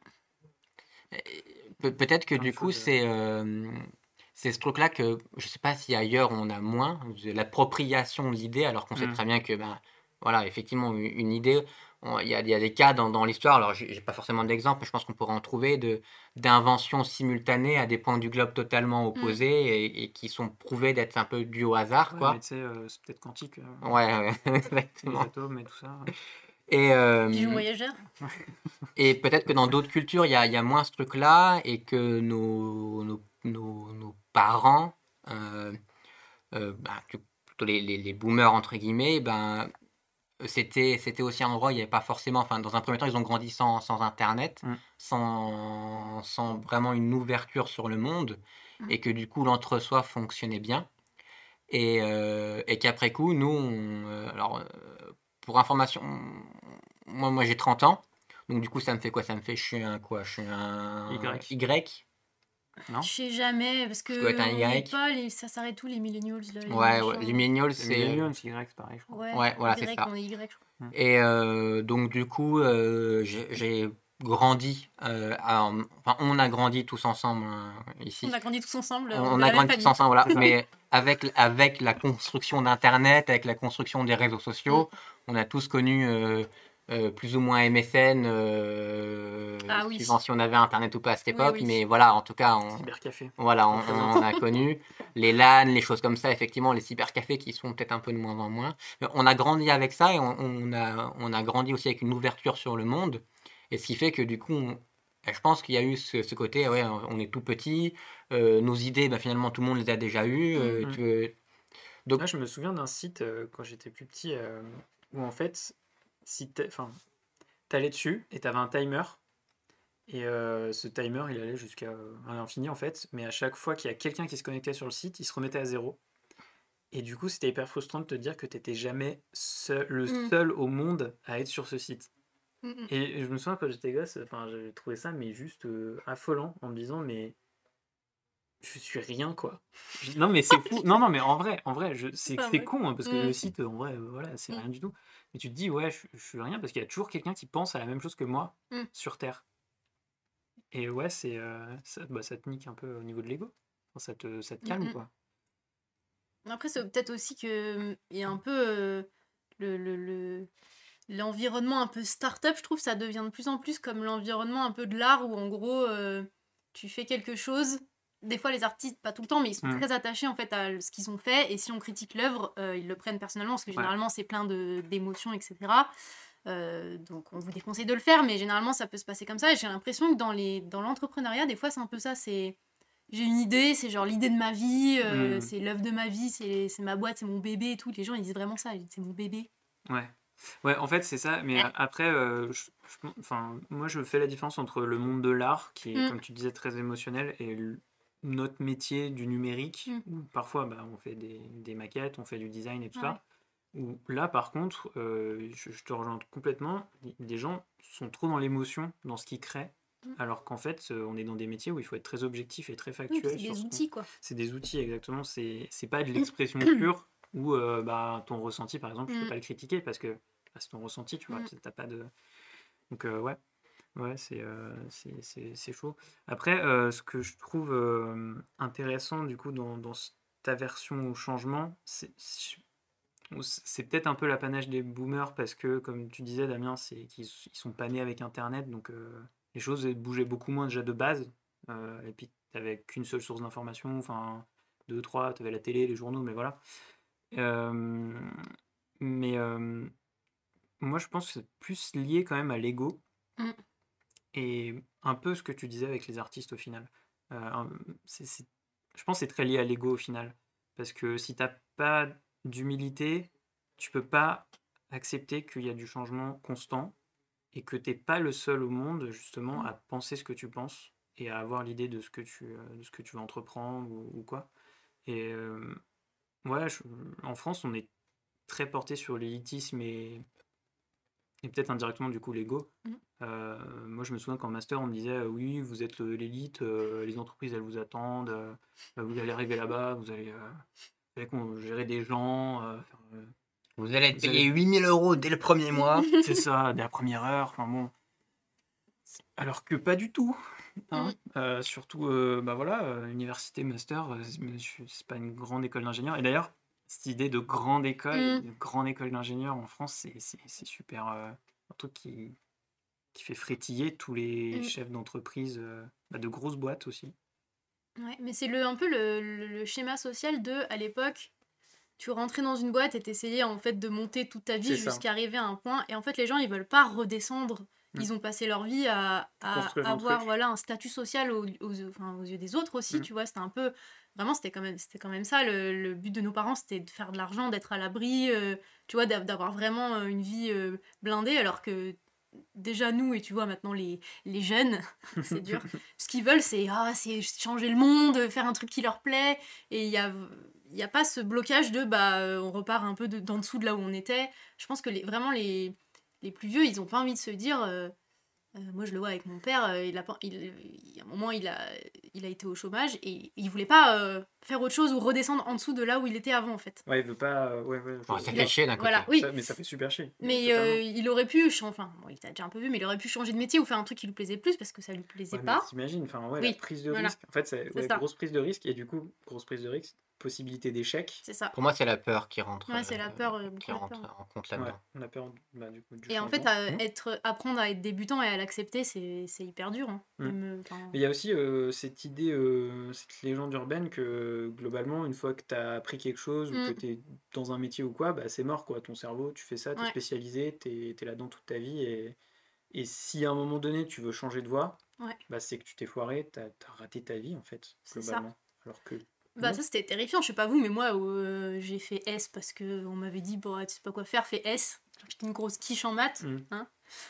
Pe- peut-être que Plein de du coup, choses. euh, c'est euh, c'est ce truc-là que je sais pas si ailleurs on a moins, de l'appropriation de l'idée, alors qu'on sait hmm. très bien que, ben, voilà, effectivement, une, une idée, on- il y a, il y a des cas dans, dans l'histoire, alors j'ai j'ai pas forcément d'exemple, mais je pense qu'on pourrait en trouver, de d'inventions simultanées à des points du globe totalement Hmm. opposés et, et qui sont prouvées d'être un peu dues au hasard, Ouais, mais quoi. tu sais, euh, c'est peut-être quantique. euh, Ouais, ouais, les exactement. atomes et tout ça. Et, Pigeon euh, voyageur. Et peut-être que dans d'autres cultures, il y a, il y a moins ce truc-là et que nos, nos, nos, nos parents, euh, euh, ben, tu- plutôt les, les, les boomers entre guillemets, ben, c'était, c'était aussi un endroit où il n'y avait pas forcément, enfin dans un premier temps, ils ont grandi sans, sans Internet, Hmm. sans, sans vraiment une ouverture sur le monde Mhm. et que du coup l'entre-soi fonctionnait bien. Et, euh, et qu'après coup, nous, on, euh, alors, euh, pour information, moi, moi j'ai trente ans, donc du coup, ça me fait quoi? Ça me fait, je suis un quoi? Je suis un Y. Y? Non? Je sais jamais, parce Je dois être que un on n'est Y? pas les... ça s'arrête où les millennials là, les Ouais, ouais, machins. les millennials, Les c'est... millennials, c'est Y, c'est pareil, je crois. Ouais, Ouais, voilà, c'est Y, ça. on est Y, je crois. Hmm. Et euh, donc du coup, euh, j'ai j'ai grandi, euh, à- enfin, on a grandi tous ensemble hein, On ici. a grandi tous ensemble, On, on on est a la même grandi tous famille. ensemble, voilà. C'est ça. Mais avec, avec la construction d'Internet, avec la construction des réseaux Mm. sociaux, on a tous connu euh, euh, plus ou moins M S N, euh, Ah oui. suivant si on avait Internet ou pas à cette Oui, époque. oui. Mais voilà, en tout cas, on, Cybercafé. voilà, on, Représente. on a connu les LAN, les choses comme ça, effectivement, les cybercafés qui sont peut-être un peu de moins en moins. Mais on a grandi avec ça et on, on a, on a grandi aussi avec une ouverture sur le monde. Et ce qui fait que du coup, on- je pense qu'il y a eu ce, ce côté, ouais, on est tout petit, euh, nos idées, bah, finalement, tout le monde les a déjà eues. euh, Mm. tu veux- Donc, Là, je me souviens d'un site euh, quand j'étais plus petit euh, où en fait, si t'a- enfin, t'allais dessus et t'avais un timer et euh, ce timer il allait jusqu'à euh, à l'infini en fait, mais à chaque fois qu'il y a quelqu'un qui se connectait sur le site, il se remettait à zéro. Et du coup, c'était hyper frustrant de te dire que t'étais jamais seul- le Mm. seul au monde à être sur ce site. Mm, mm. Et je me souviens quand j'étais gosse, enfin, j'avais trouvé ça mais juste euh, affolant en me disant mais je suis rien quoi. Je- Non mais c'est fou. Non non mais en vrai, en vrai, je... c'est Ça, c'est ouais. con hein, parce que le Mm. site en vrai, euh, voilà, c'est Mm. rien du tout. Mais tu te dis ouais, je, je suis rien parce qu'il y a toujours quelqu'un qui pense à la même chose que moi Mm. sur Terre. Et ouais, c'est euh, ça, bah, ça te nique un peu au niveau de l'ego. Enfin, ça te ça te Mm, calme mm. quoi. Après, c'est peut-être aussi que il y a un peu euh, le, le, le- l'environnement un peu start-up, je trouve, ça devient de plus en plus comme l'environnement un peu de l'art où en gros, euh, tu fais quelque chose. Des fois, les artistes, pas tout le temps, mais ils sont Mm. très attachés en fait à ce qu'ils ont fait. Et si on critique l'œuvre, euh, ils le prennent personnellement parce que Ouais. généralement, c'est plein de, d'émotions, et cetera. Euh, donc, on vous déconseille de le faire, mais généralement, ça peut se passer comme ça. Et j'ai l'impression que dans, les, dans l'entrepreneuriat, des fois, c'est un peu ça. C'est j'ai une idée, c'est genre l'idée de ma vie, euh, Mm. c'est l'œuvre de ma vie, c'est, c'est ma boîte, c'est mon bébé et tout. Les gens, ils disent vraiment ça, ils disent, c'est mon bébé. Ouais. Ouais, en fait, c'est ça. Mais a- après, euh, je- je- enfin, moi, je fais la différence entre le monde de l'art, qui est, Mm. comme tu disais, très émotionnel, et l- notre métier du numérique, Mm. où parfois, bah, on fait des, des maquettes, on fait du design et tout Ouais. ça. Où là, par contre, euh, je, je te rejoins complètement. Des gens sont trop dans l'émotion, dans ce qu'ils créent, Mm. alors qu'en fait, euh, on est dans des métiers où il faut être très objectif et très Oui, factuel c'est sur des ce qu'on outils, quoi. c'est des outils, exactement. C'est c'est pas de l'expression pure ou euh, bah, ton ressenti, par exemple, tu peux Mm. pas le critiquer parce que bah, c'est ton ressenti, tu vois. Mm. T'as pas de. Donc, euh, ouais, ouais, c'est euh, c'est c'est- c'est chaud. Après, euh, ce que je trouve euh, intéressant, du coup, dans, dans cette aversion au changement, c'est c'est peut-être un peu l'apanage des boomers parce que, comme tu disais, Damien, c'est qu'ils ils sont pas nés avec Internet, donc euh, les choses elles bougeaient beaucoup moins déjà de base. Euh, et puis, t'avais qu'une seule source d'information, enfin, deux, trois, t'avais la télé, les journaux, mais voilà. Euh, mais euh, moi, je pense que c'est plus lié quand même à l'ego Mm. et un peu ce que tu disais avec les artistes au final. Euh, un- c'est- c'est- je pense que c'est très lié à l'ego au final. Parce que si t'as pas d'humilité, tu peux pas accepter qu'il y a du changement constant et que t'es pas le seul au monde, justement, Mm. à penser ce que tu penses et à avoir l'idée de ce que tu, euh, de ce que tu vas entreprendre ou, ou quoi. Et euh, ouais, je- en France, on est très porté sur l'élitisme et, et peut-être indirectement, du coup, l'ego. Mm. Euh, moi, je me souviens qu'en master, on me disait euh, oui, vous êtes euh, l'élite, euh, les entreprises, elles vous attendent, euh, euh, vous allez arriver là-bas, vous allez, euh, vous allez con- gérer des gens, euh, faire, euh, Vous allez être vous payé allez- huit mille euros dès le premier mois. c'est ça, dès la première heure, enfin bon. Alors que pas du tout, hein. Euh, surtout, euh, bah voilà, euh, université, master, euh, c'est mais je- c'est pas une grande école d'ingénieur. Et d'ailleurs, cette idée de grande école, Mm. de grande école d'ingénieur en France, c'est c'est- c'est super, euh, un truc qui, qui fait frétiller tous les Mm. chefs d'entreprise, euh, bah, de grosses boîtes aussi. Ouais, mais c'est le, un peu le, le- le schéma social de, à l'époque, tu rentrais dans une boîte et t'essayais en fait de monter toute ta vie C'est ça. jusqu'à arriver à un point. Et en fait, les gens, ils veulent pas redescendre. Mm. Ils ont passé leur vie à, à Construire un avoir truc. voilà, un statut social aux, aux- enfin, aux yeux des autres aussi, Mm. tu vois. C'était un peu... Vraiment, c'était quand même, c'était quand même ça. Le, le but de nos parents, c'était de faire de l'argent, d'être à l'abri, euh, tu vois, d'a- d'avoir vraiment euh, une vie euh, blindée. Alors que déjà nous, et tu vois maintenant les, les jeunes, c'est dur, ce qu'ils veulent, c'est ah, c'est changer le monde, faire un truc qui leur plaît. Et il y a, il y a pas ce blocage de bah euh, on repart un peu de, d'en dessous de là où on était. Je pense que les, vraiment les, les plus vieux, ils ont pas envie de se dire. euh, euh, moi, je le vois avec mon père, euh, il a, pas- il, il- à un moment, il a, il a été au chômage et il voulait pas euh, faire autre chose ou redescendre en dessous de là où il était avant, en fait. Ouais, il veut pas. euh, Ouais, ouais, je- Bon, ça Il a- fait chier d'un côté. Voilà, oui. ça- mais ça fait super chier. Mais totalement. euh, il aurait pu, ch- enfin, bon, il t'a déjà un peu vu, mais il aurait pu changer de métier ou faire un truc qui lui plaisait plus parce que ça lui plaisait Ouais, mais pas. t'imagines, enfin, ouais, Oui, la prise de voilà. risque. En fait, c'est C'est ouais, ça. grosse prise de risque et du coup, grosse prise de risque, possibilité d'échec. C'est ça. Pour moi, c'est la peur qui rentre, Ouais, c'est la euh, peur, euh, beaucoup qui la rentre peur. en compte Ouais, là-dedans. on a peur bah, du coup du Et en fait, changement. à Mmh. être, apprendre à être débutant et à l'accepter, c'est c'est hyper dur. Hein. Mm. Même, euh, enfin, Mais il y a aussi euh, cette idée, euh, cette légende urbaine que globalement, une fois que tu as appris quelque chose ou Mm. que tu es dans un métier ou quoi, bah, c'est mort quoi. Ton cerveau, tu fais ça, tu es Ouais. spécialisé, tu es, là-dedans toute ta vie. Et, et si à un moment donné tu veux changer de voie, Ouais. bah, c'est que tu t'es foiré, tu as raté ta vie en fait, C'est ça. globalement. Alors que. Bah non. ça c'était terrifiant, je sais pas vous, mais moi euh, j'ai fait S parce que on m'avait dit bon tu sais pas quoi faire, fais S. J'étais une grosse quiche en maths, Mm. hein.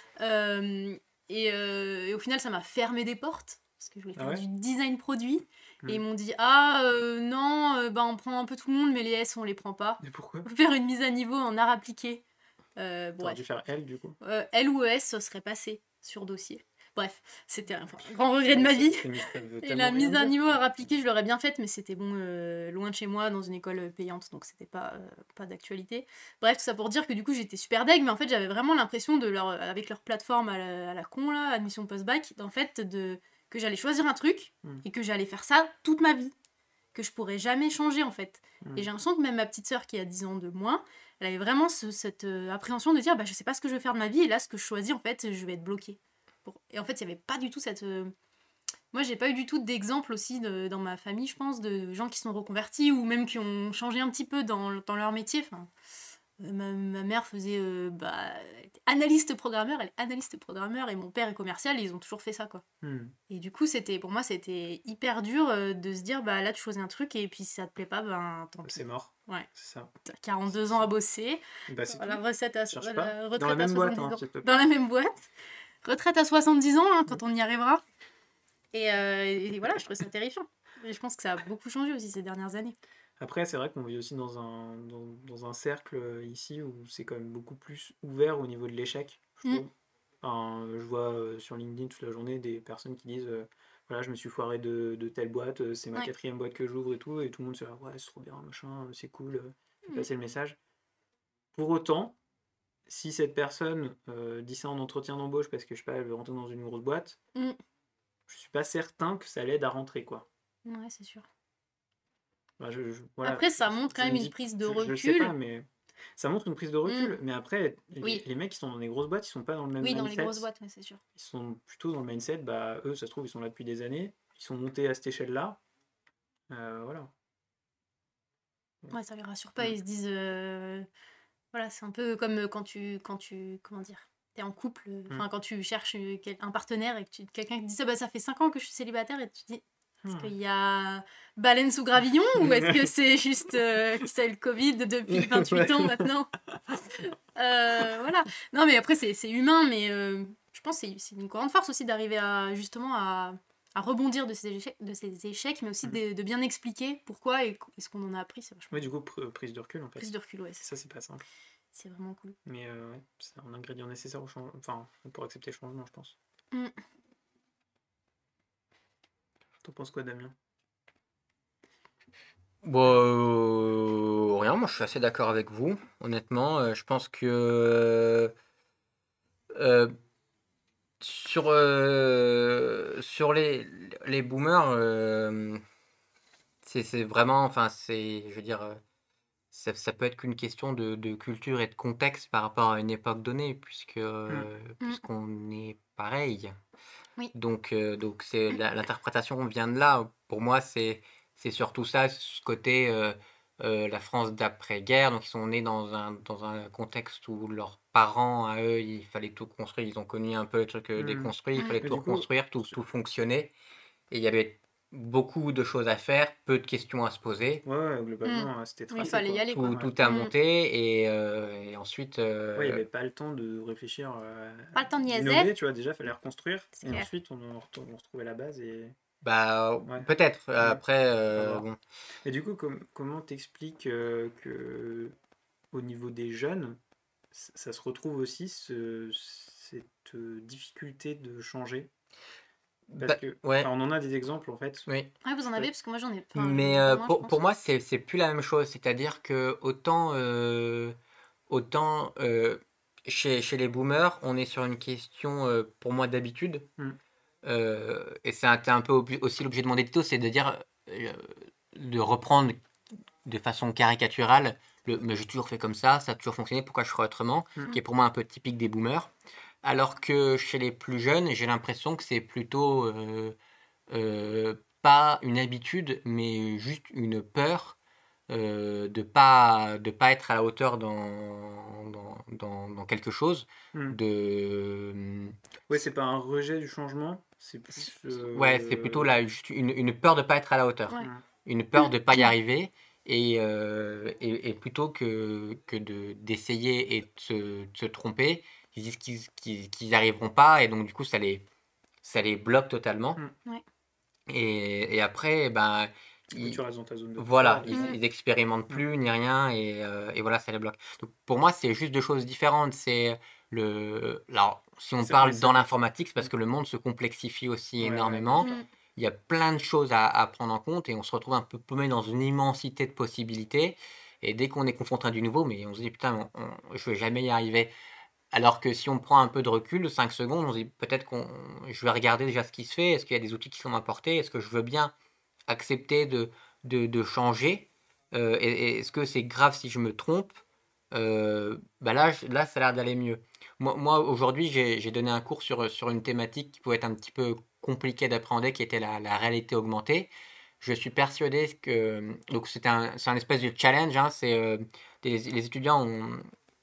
Euh, et, euh, et au final ça m'a fermé des portes parce que je voulais Ah faire ouais du design produit Mm. et ils m'ont dit ah euh, non euh, bah on prend un peu tout le monde mais les S on les prend pas. Mais pourquoi Faut faire une mise à niveau en art appliqué. Euh, T'aurais dû bref, faire L du coup. euh, L ou E S ça serait passé sur dossier. Bref, c'était un grand regret de ma vie. Ça- ça veut Et tellement la rien mise à dire. niveau à appliquer, je l'aurais bien faite, mais c'était bon, euh, loin de chez moi, dans une école payante, donc c'était pas, euh, pas d'actualité. Bref, tout ça pour dire que du coup j'étais super deg, mais en fait j'avais vraiment l'impression, de leur, avec leur plateforme à la, à la con, là, admission post-bac, en fait, de, que j'allais choisir un truc Mm. et que j'allais faire ça toute ma vie. Que je pourrais jamais changer en fait. Mm. Et j'ai l'impression que même ma petite sœur qui a dix ans de moins, elle avait vraiment ce- cette euh, appréhension de dire bah, je sais pas ce que je veux faire de ma vie, et là ce que je choisis en fait, je vais être bloquée. Bon. Et en fait, il y avait pas du tout cette. euh, Moi, j'ai pas eu du tout d'exemple aussi de- dans ma famille, je pense, de gens qui sont reconvertis ou même qui ont changé un petit peu dans, dans leur métier. Enfin, euh, ma, ma mère faisait euh, bah, elle était analyste programmeur, elle est analyste programmeur, et mon père est commercial, et ils ont toujours fait ça, quoi. Mm. Et du coup, c'était pour moi, c'était hyper dur euh, de se dire bah là, tu choisis un truc, et puis si ça te plaît pas, ben tant pis. C'est mort. Ouais. C'est ça. T'as quarante-deux ans à bosser, Bah, c'est la tout. recette à, Cherche la pas. retraite Dans la à même boîte, soixante-dix hein, ans. s'il te plaît. Dans la même boîte. Retraite à soixante-dix ans, hein, quand on y arrivera. Et, euh, et voilà, je trouve ça terrifiant. Et je pense que ça a beaucoup changé aussi ces dernières années. Après, c'est vrai qu'on vit aussi dans un, dans, dans un cercle euh, ici où c'est quand même beaucoup plus ouvert au niveau de l'échec, je Mm. trouve. Enfin, je vois euh, sur LinkedIn toute la journée des personnes qui disent euh, voilà, je me suis foiré de, de telle boîte, euh, c'est ma Ouais. quatrième boîte que j'ouvre et tout, et tout le monde se dit ouais, c'est trop bien, machin, euh, c'est cool, euh, fais Mm. passer le message. Pour autant, si cette personne euh, dit ça en entretien d'embauche parce que je sais pas, elle veut rentrer dans une grosse boîte, Mm. je suis pas certain que ça l'aide à rentrer, quoi. Ouais, c'est sûr. Enfin, je- je- voilà, Après, ça je- montre quand je même me une dis- prise de je- je le sais recul. pas, mais ça montre une prise de recul. Mais après, les, Oui. les mecs qui sont dans des grosses boîtes, ils sont pas dans le même Oui, mindset. dans les grosses boîtes, ouais, c'est sûr. Ils sont plutôt dans le mindset, bah eux, ça se trouve, ils sont là depuis des années. Ils sont montés à cette échelle-là. Euh, voilà. Ouais, ça les rassure pas. Mm. Ils se disent. euh, Voilà, c'est un peu comme euh, quand tu. Quand tu comment dire T'es en couple. euh, Enfin, Mm. quand tu cherches euh, quel- un partenaire et que tu, quelqu'un qui te dit ça, bah ça fait cinq ans que je suis célibataire et tu te dis. Est-ce Ah. qu'il y a baleine sous gravillon ou est-ce que c'est juste euh, que c'est le Covid depuis vingt-huit ans maintenant? Euh, Voilà. Non, mais après, c'est c'est humain, mais euh, je pense que c'est c'est une grande force aussi d'arriver à justement à, à rebondir de ces échecs, de ces échecs mais aussi Mm. de, de bien expliquer pourquoi et, co- et ce qu'on en a appris. C'est vachement Ouais, du coup, pr- prise de recul en fait. plus de recul, ouais, c'est Ça, c'est pas simple. c'est vraiment cool. Mais euh, ouais, c'est un ingrédient nécessaire au changement. Enfin, pour accepter le changement, je pense. Mm. T'en penses quoi, Damien? Bon, euh, rien, moi je suis assez d'accord avec vous, honnêtement. Euh, je pense que euh, sur, euh, sur les, les boomers, euh, c'est c'est vraiment, enfin, c'est, je veux dire, euh, ça, ça peut être qu'une question de, de culture et de contexte par rapport à une époque donnée, puisque, euh, Mm. puisqu'on est pareil. Oui. Donc, euh, donc c'est la- l'interprétation vient de là. Pour moi, c'est c'est surtout ça, ce côté euh, euh, la France d'après-guerre. Donc, ils sont nés dans un dans un contexte où leurs parents, à eux, il fallait tout construire. Ils ont connu un peu le truc euh, Mm. déconstruit. Il Mm. fallait Mais tout du coup, reconstruire, tout tout fonctionnait. Et il y avait beaucoup de choses à faire, peu de questions à se poser. ouais, ouais, Mm. globalement, euh, c'était Oui, il tracé fallait y quoi. aller, Tout quoi. Ouais. tout a Mm. monté et, euh, et ensuite. Ouais, il n'y euh, avait pas le temps de réfléchir, euh, Pas le temps de niaiser, d'innover, tu vois, déjà, il fallait reconstruire. c'est Et clair. ensuite, on, en retourne- on retrouvait la base et... Bah, Ouais, peut-être. ouais, Après, à euh, voir. bon. Et du coup, com- comment t'expliques euh, que au niveau des jeunes, c- ça se retrouve aussi ce- cette euh, difficulté de changer? Parce Bah, que, ouais, enfin, on en a des exemples en fait. oui. Ah, vous en Je sais avez pas- parce que moi j'en ai, enfin, j'en Mais ai pas euh, moins, je pour, pour pense. moi, c'est, c'est plus la même chose. C'est-à-dire que autant, euh, autant euh, chez, chez les boomers, on est sur une question, euh, pour moi, d'habitude. Hmm. Euh, et c'est un, c'est un peu obli- aussi l'objet de mon édito, c'est de dire, euh, de reprendre de façon caricaturale le mais j'ai toujours fait comme ça, ça a toujours fonctionné, pourquoi je ferais autrement, Hmm. qui est pour moi un peu typique des boomers. Alors que chez les plus jeunes, j'ai l'impression que c'est plutôt euh, euh, pas une habitude, mais juste une peur euh, de pas de pas être à la hauteur dans dans, dans, dans quelque chose. Hmm. De Ouais, c'est pas un rejet du changement, c'est plus. ouais, c'est plutôt euh, là juste une, une peur de pas être à la hauteur, Ouais. hmm. une peur de pas y arriver. Et, euh, et, et plutôt que, que de, d'essayer et de se, de se tromper, ils disent qu'ils qu'ils, qu'ils n'y arriveront pas et donc du coup ça les, ça les bloque totalement. Hmm. Ouais. Et, et après, ben, Oui, tu ils, restes dans ta zone de voilà, confort. ils, Et... Mm. ils expérimentent Hmm. plus ni rien et, euh, et voilà, ça les bloque. Donc pour moi, c'est juste deux choses différentes. C'est le, alors, si on Ça- mais parle ça- dans l'informatique, c'est parce Hmm. que le monde se complexifie aussi Ouais, ouais, bien énormément. sûr. Mm. Il y a plein de choses à, à prendre en compte et on se retrouve un peu paumé dans une immensité de possibilités. Et dès qu'on est confronté à du nouveau, mais on se dit putain, on, on- je vais jamais y arriver. Alors que si on prend un peu de recul, cinq secondes, on se dit peut-être qu'on, je vais regarder déjà ce qui se fait. Est-ce qu'il y a des outils qui sont apportés? Est-ce que je veux bien accepter de, de, de changer? Euh, et- et est-ce que c'est grave si je me trompe? Euh, bah là, je- là, ça a l'air d'aller mieux. Moi, moi aujourd'hui, j'ai j'ai donné un cours sur, sur une thématique qui pouvait être un petit peu compliquée d'appréhender, qui était la, la réalité augmentée. Je suis persuadé que... Donc, c'est un, c'est un espèce de challenge. Hein, c'est, euh, des- les étudiants ont,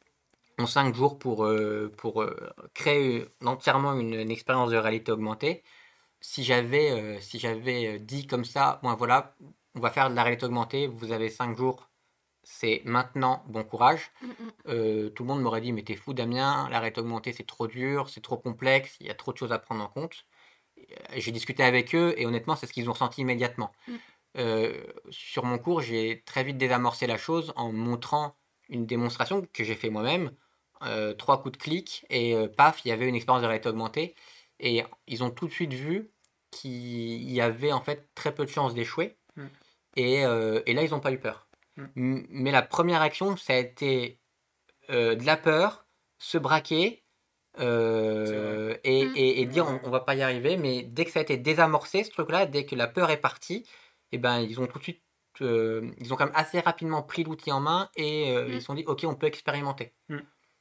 ont cinq jours pour, euh, pour euh, créer entièrement une, une expérience de réalité augmentée. Si j'avais euh, si j'avais euh, dit comme ça, bon voilà, on va faire de la réalité augmentée, vous avez cinq jours, c'est maintenant, bon courage. Mm, mm. Euh, tout le monde m'aurait dit, mais t'es fou Damien, la réalité augmentée c'est trop dur, c'est trop complexe, il y a trop de choses à prendre en compte. Euh, J'ai discuté avec eux et honnêtement, c'est ce qu'ils ont ressenti immédiatement. Mm. Euh, sur mon cours, j'ai très vite désamorcé la chose en montrant une démonstration que j'ai fait moi-même, euh, trois coups de clic et euh, paf, il y avait une expérience de réalité augmentée. Et ils ont tout de suite vu qu'il y avait en fait très peu de chances d'échouer. Mm. Et, euh, et là, ils n'ont pas eu peur. Mm. M- Mais la première action, ça a été euh, de la peur, se braquer C'est vrai. euh, et, Mm. et- et dire Ouais, on, ouais. on va pas y arriver. Mais dès que ça a été désamorcé, ce truc-là, dès que la peur est partie, et ben, ils ont tout de suite, euh, ils ont quand même assez rapidement pris l'outil en main et euh, Mm. ils se sont dit ok, on peut expérimenter. Mm.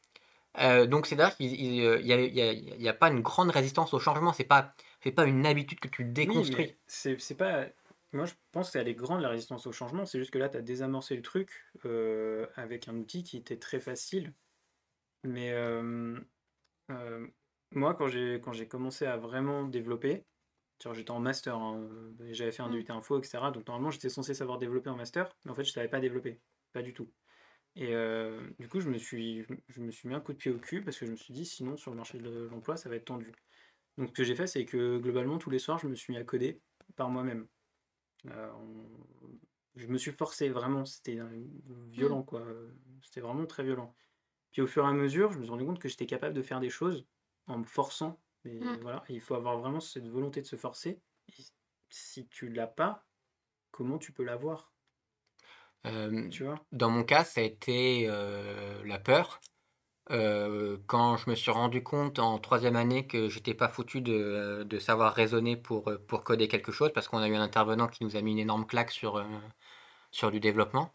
Euh, donc c'est d'ailleurs qu'il n'y a, il y a- il y a- il y a pas une grande résistance au changement. C'est pas, c'est pas une habitude que tu Oui, déconstruis. mais c'est c'est pas. Moi, je pense qu'elle est grande, la résistance au changement. C'est juste que là, tu as désamorcé le truc euh, avec un outil qui était très facile. Mais euh, euh, moi, quand j'ai quand j'ai commencé à vraiment développer, Genre, j'étais en master, hein, euh, j'avais fait un Mm. D U T Info, et cetera. Donc normalement, j'étais censé savoir développer en master, mais en fait, je savais pas développer, pas du tout. Et euh, du coup, je me suis, je me suis mis un coup de pied au cul parce que je me suis dit, sinon, sur le marché de l'emploi, ça va être tendu. Donc, ce que j'ai fait, c'est que globalement, tous les soirs, je me suis mis à coder par moi-même. Euh, on- Je me suis forcé vraiment, c'était euh, violent, quoi. C'était vraiment très violent. Puis au fur et à mesure, je me suis rendu compte que j'étais capable de faire des choses en me forçant. Mais Mm. voilà, il faut avoir vraiment cette volonté de se forcer. Et si tu l'as pas, comment tu peux l'avoir, Euh, tu vois? dans mon cas, ça a été euh, la peur. Euh, quand je me suis rendu compte en troisième année que j'étais pas foutu de, de savoir raisonner pour, euh, pour coder quelque chose, parce qu'on a eu un intervenant qui nous a mis une énorme claque sur, euh, sur du développement.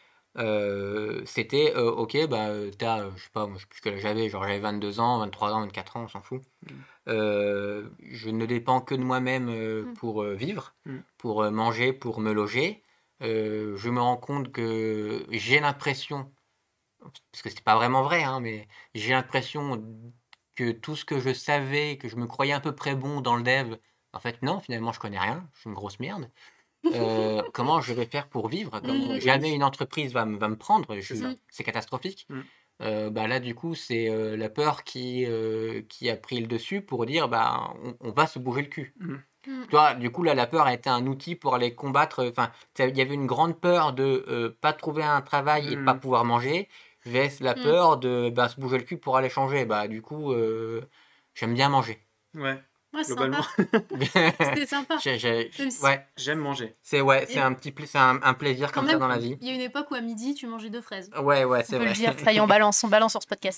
Euh, c'était euh, ok, bah euh, t'as, euh, je sais pas, moi, je sais plus quel âge j'avais, genre j'avais vingt-deux ans, vingt-trois ans, vingt-quatre ans, on s'en fout. Mm. Euh, je ne dépends que de moi-même euh, Mm. pour euh, vivre, Mm. pour euh, manger, pour me loger. Euh, je me rends compte que j'ai l'impression, parce que c'est pas vraiment vrai, hein, mais j'ai l'impression que tout ce que je savais, que je me croyais à peu près bon dans le dev, en fait non, finalement je connais rien, je suis une grosse merde. Euh, comment je vais faire pour vivre? Comment Mm. jamais une entreprise va, me- va me prendre, C'est je- ça. Mm. c'est catastrophique. Mm. Euh, bah là du coup c'est euh, la peur qui, euh, qui a pris le dessus pour dire bah on, on va se bouger le cul. Mm. Mm. Tu vois, du coup là la peur a été un outil pour aller combattre. Enfin, ça- il y avait une grande peur de euh, pas trouver un travail et de pas Mm. pouvoir manger, vs la Mm. peur de bah, se bouger le cul pour aller changer. Bah du coup euh, j'aime bien manger. Ouais, Ouais, c'est globalement, sympa. C'est sympa. J'ai- j'ai- Même si- ouais, j'aime manger. c'est ouais, c'est Et un petit pla- c'est un, un plaisir quand comme ça même, dans la vie. il y a une époque où à midi, tu mangeais deux fraises. Ouais, ouais, On c'est peut le vrai. dire. Ça y est, on balance, on balance sur ce podcast.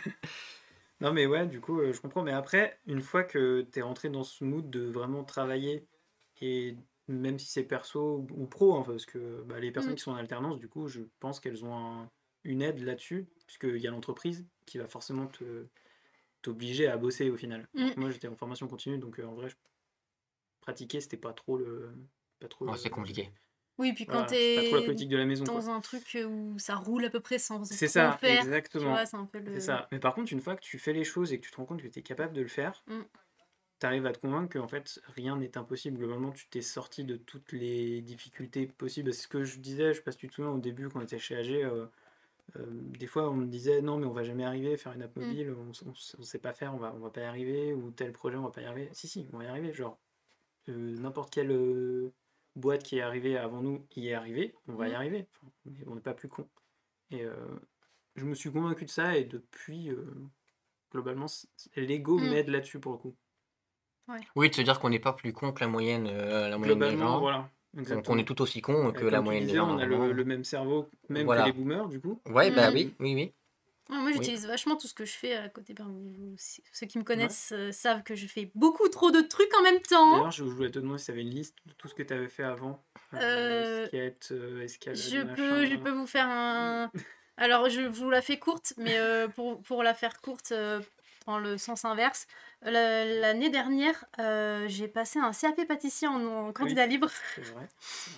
Non, mais ouais, du coup, euh, je comprends. Mais après, une fois que tu es rentré dans ce mood de vraiment travailler, et même si c'est perso ou pro, hein, parce que bah, les personnes Mm. qui sont en alternance, du coup, je pense qu'elles ont un- une aide là-dessus, puisqu'il y a l'entreprise qui va forcément te t'obliger à bosser au final. Mm. Alors que moi, j'étais en formation continue, donc euh, en vrai, je pratiquer, c'était pas trop le. Pas trop Oh, le. c'est compliqué. Oui, puis quand Voilà, c'est pas trop la t'es politique de la maison, quoi. dans un truc où ça roule à peu près sans C'est trop ça, faire, tu exactement. vois, c'est un peu C'est le... ça. Mais par contre, une fois que tu fais les choses et que tu te rends compte que tu es capable de le faire, Mm. tu arrives à te convaincre que en fait, rien n'est impossible. Globalement, tu t'es sorti de toutes les difficultés possibles. C'est ce que je disais, je sais pas si tu te souviens, au début, quand on était chez A G, euh, euh, des fois, on me disait non, mais on va jamais arriver à faire une app Mm. mobile, on, on, on sait pas faire, on va, on va pas y arriver, ou tel projet, on va pas y arriver. Si, si, on va y arriver. Genre, euh, n'importe quelle euh, boîte qui est arrivée avant nous y est arrivée, on va y Mm. arriver. Enfin, on n'est pas plus con. Et euh, je me suis convaincu de ça, et depuis, euh, globalement, c- l'ego Mm. m'aide là-dessus pour le coup. Oui, de se dire qu'on n'est pas plus con que la moyenne, euh, la moyenne des Globalement, gens. voilà. Donc Exactement. on est tout aussi con Euh, que la Comme tu moyenne des disais, gens on a le, normalement. le même cerveau, même que Voilà. les boomers, du coup. Ouais, bah Mm. oui, oui, oui. Ouais, moi, Oui. j'utilise vachement tout ce que je fais à côté. Ben, vous- si- ceux qui me connaissent euh, savent que je fais beaucoup trop de trucs en même temps. D'ailleurs, je voulais te demander si tu avais une liste de tout ce que tu avais fait avant. Euh, Euh, skate, euh, escalade, Je machin. peux, je peux vous faire un... Alors, je vous la fais courte, mais euh, pour, pour la faire courte, euh, dans le sens inverse, la- l'année dernière, euh, j'ai passé un C A P pâtissier en, en candidat libre. C'est vrai.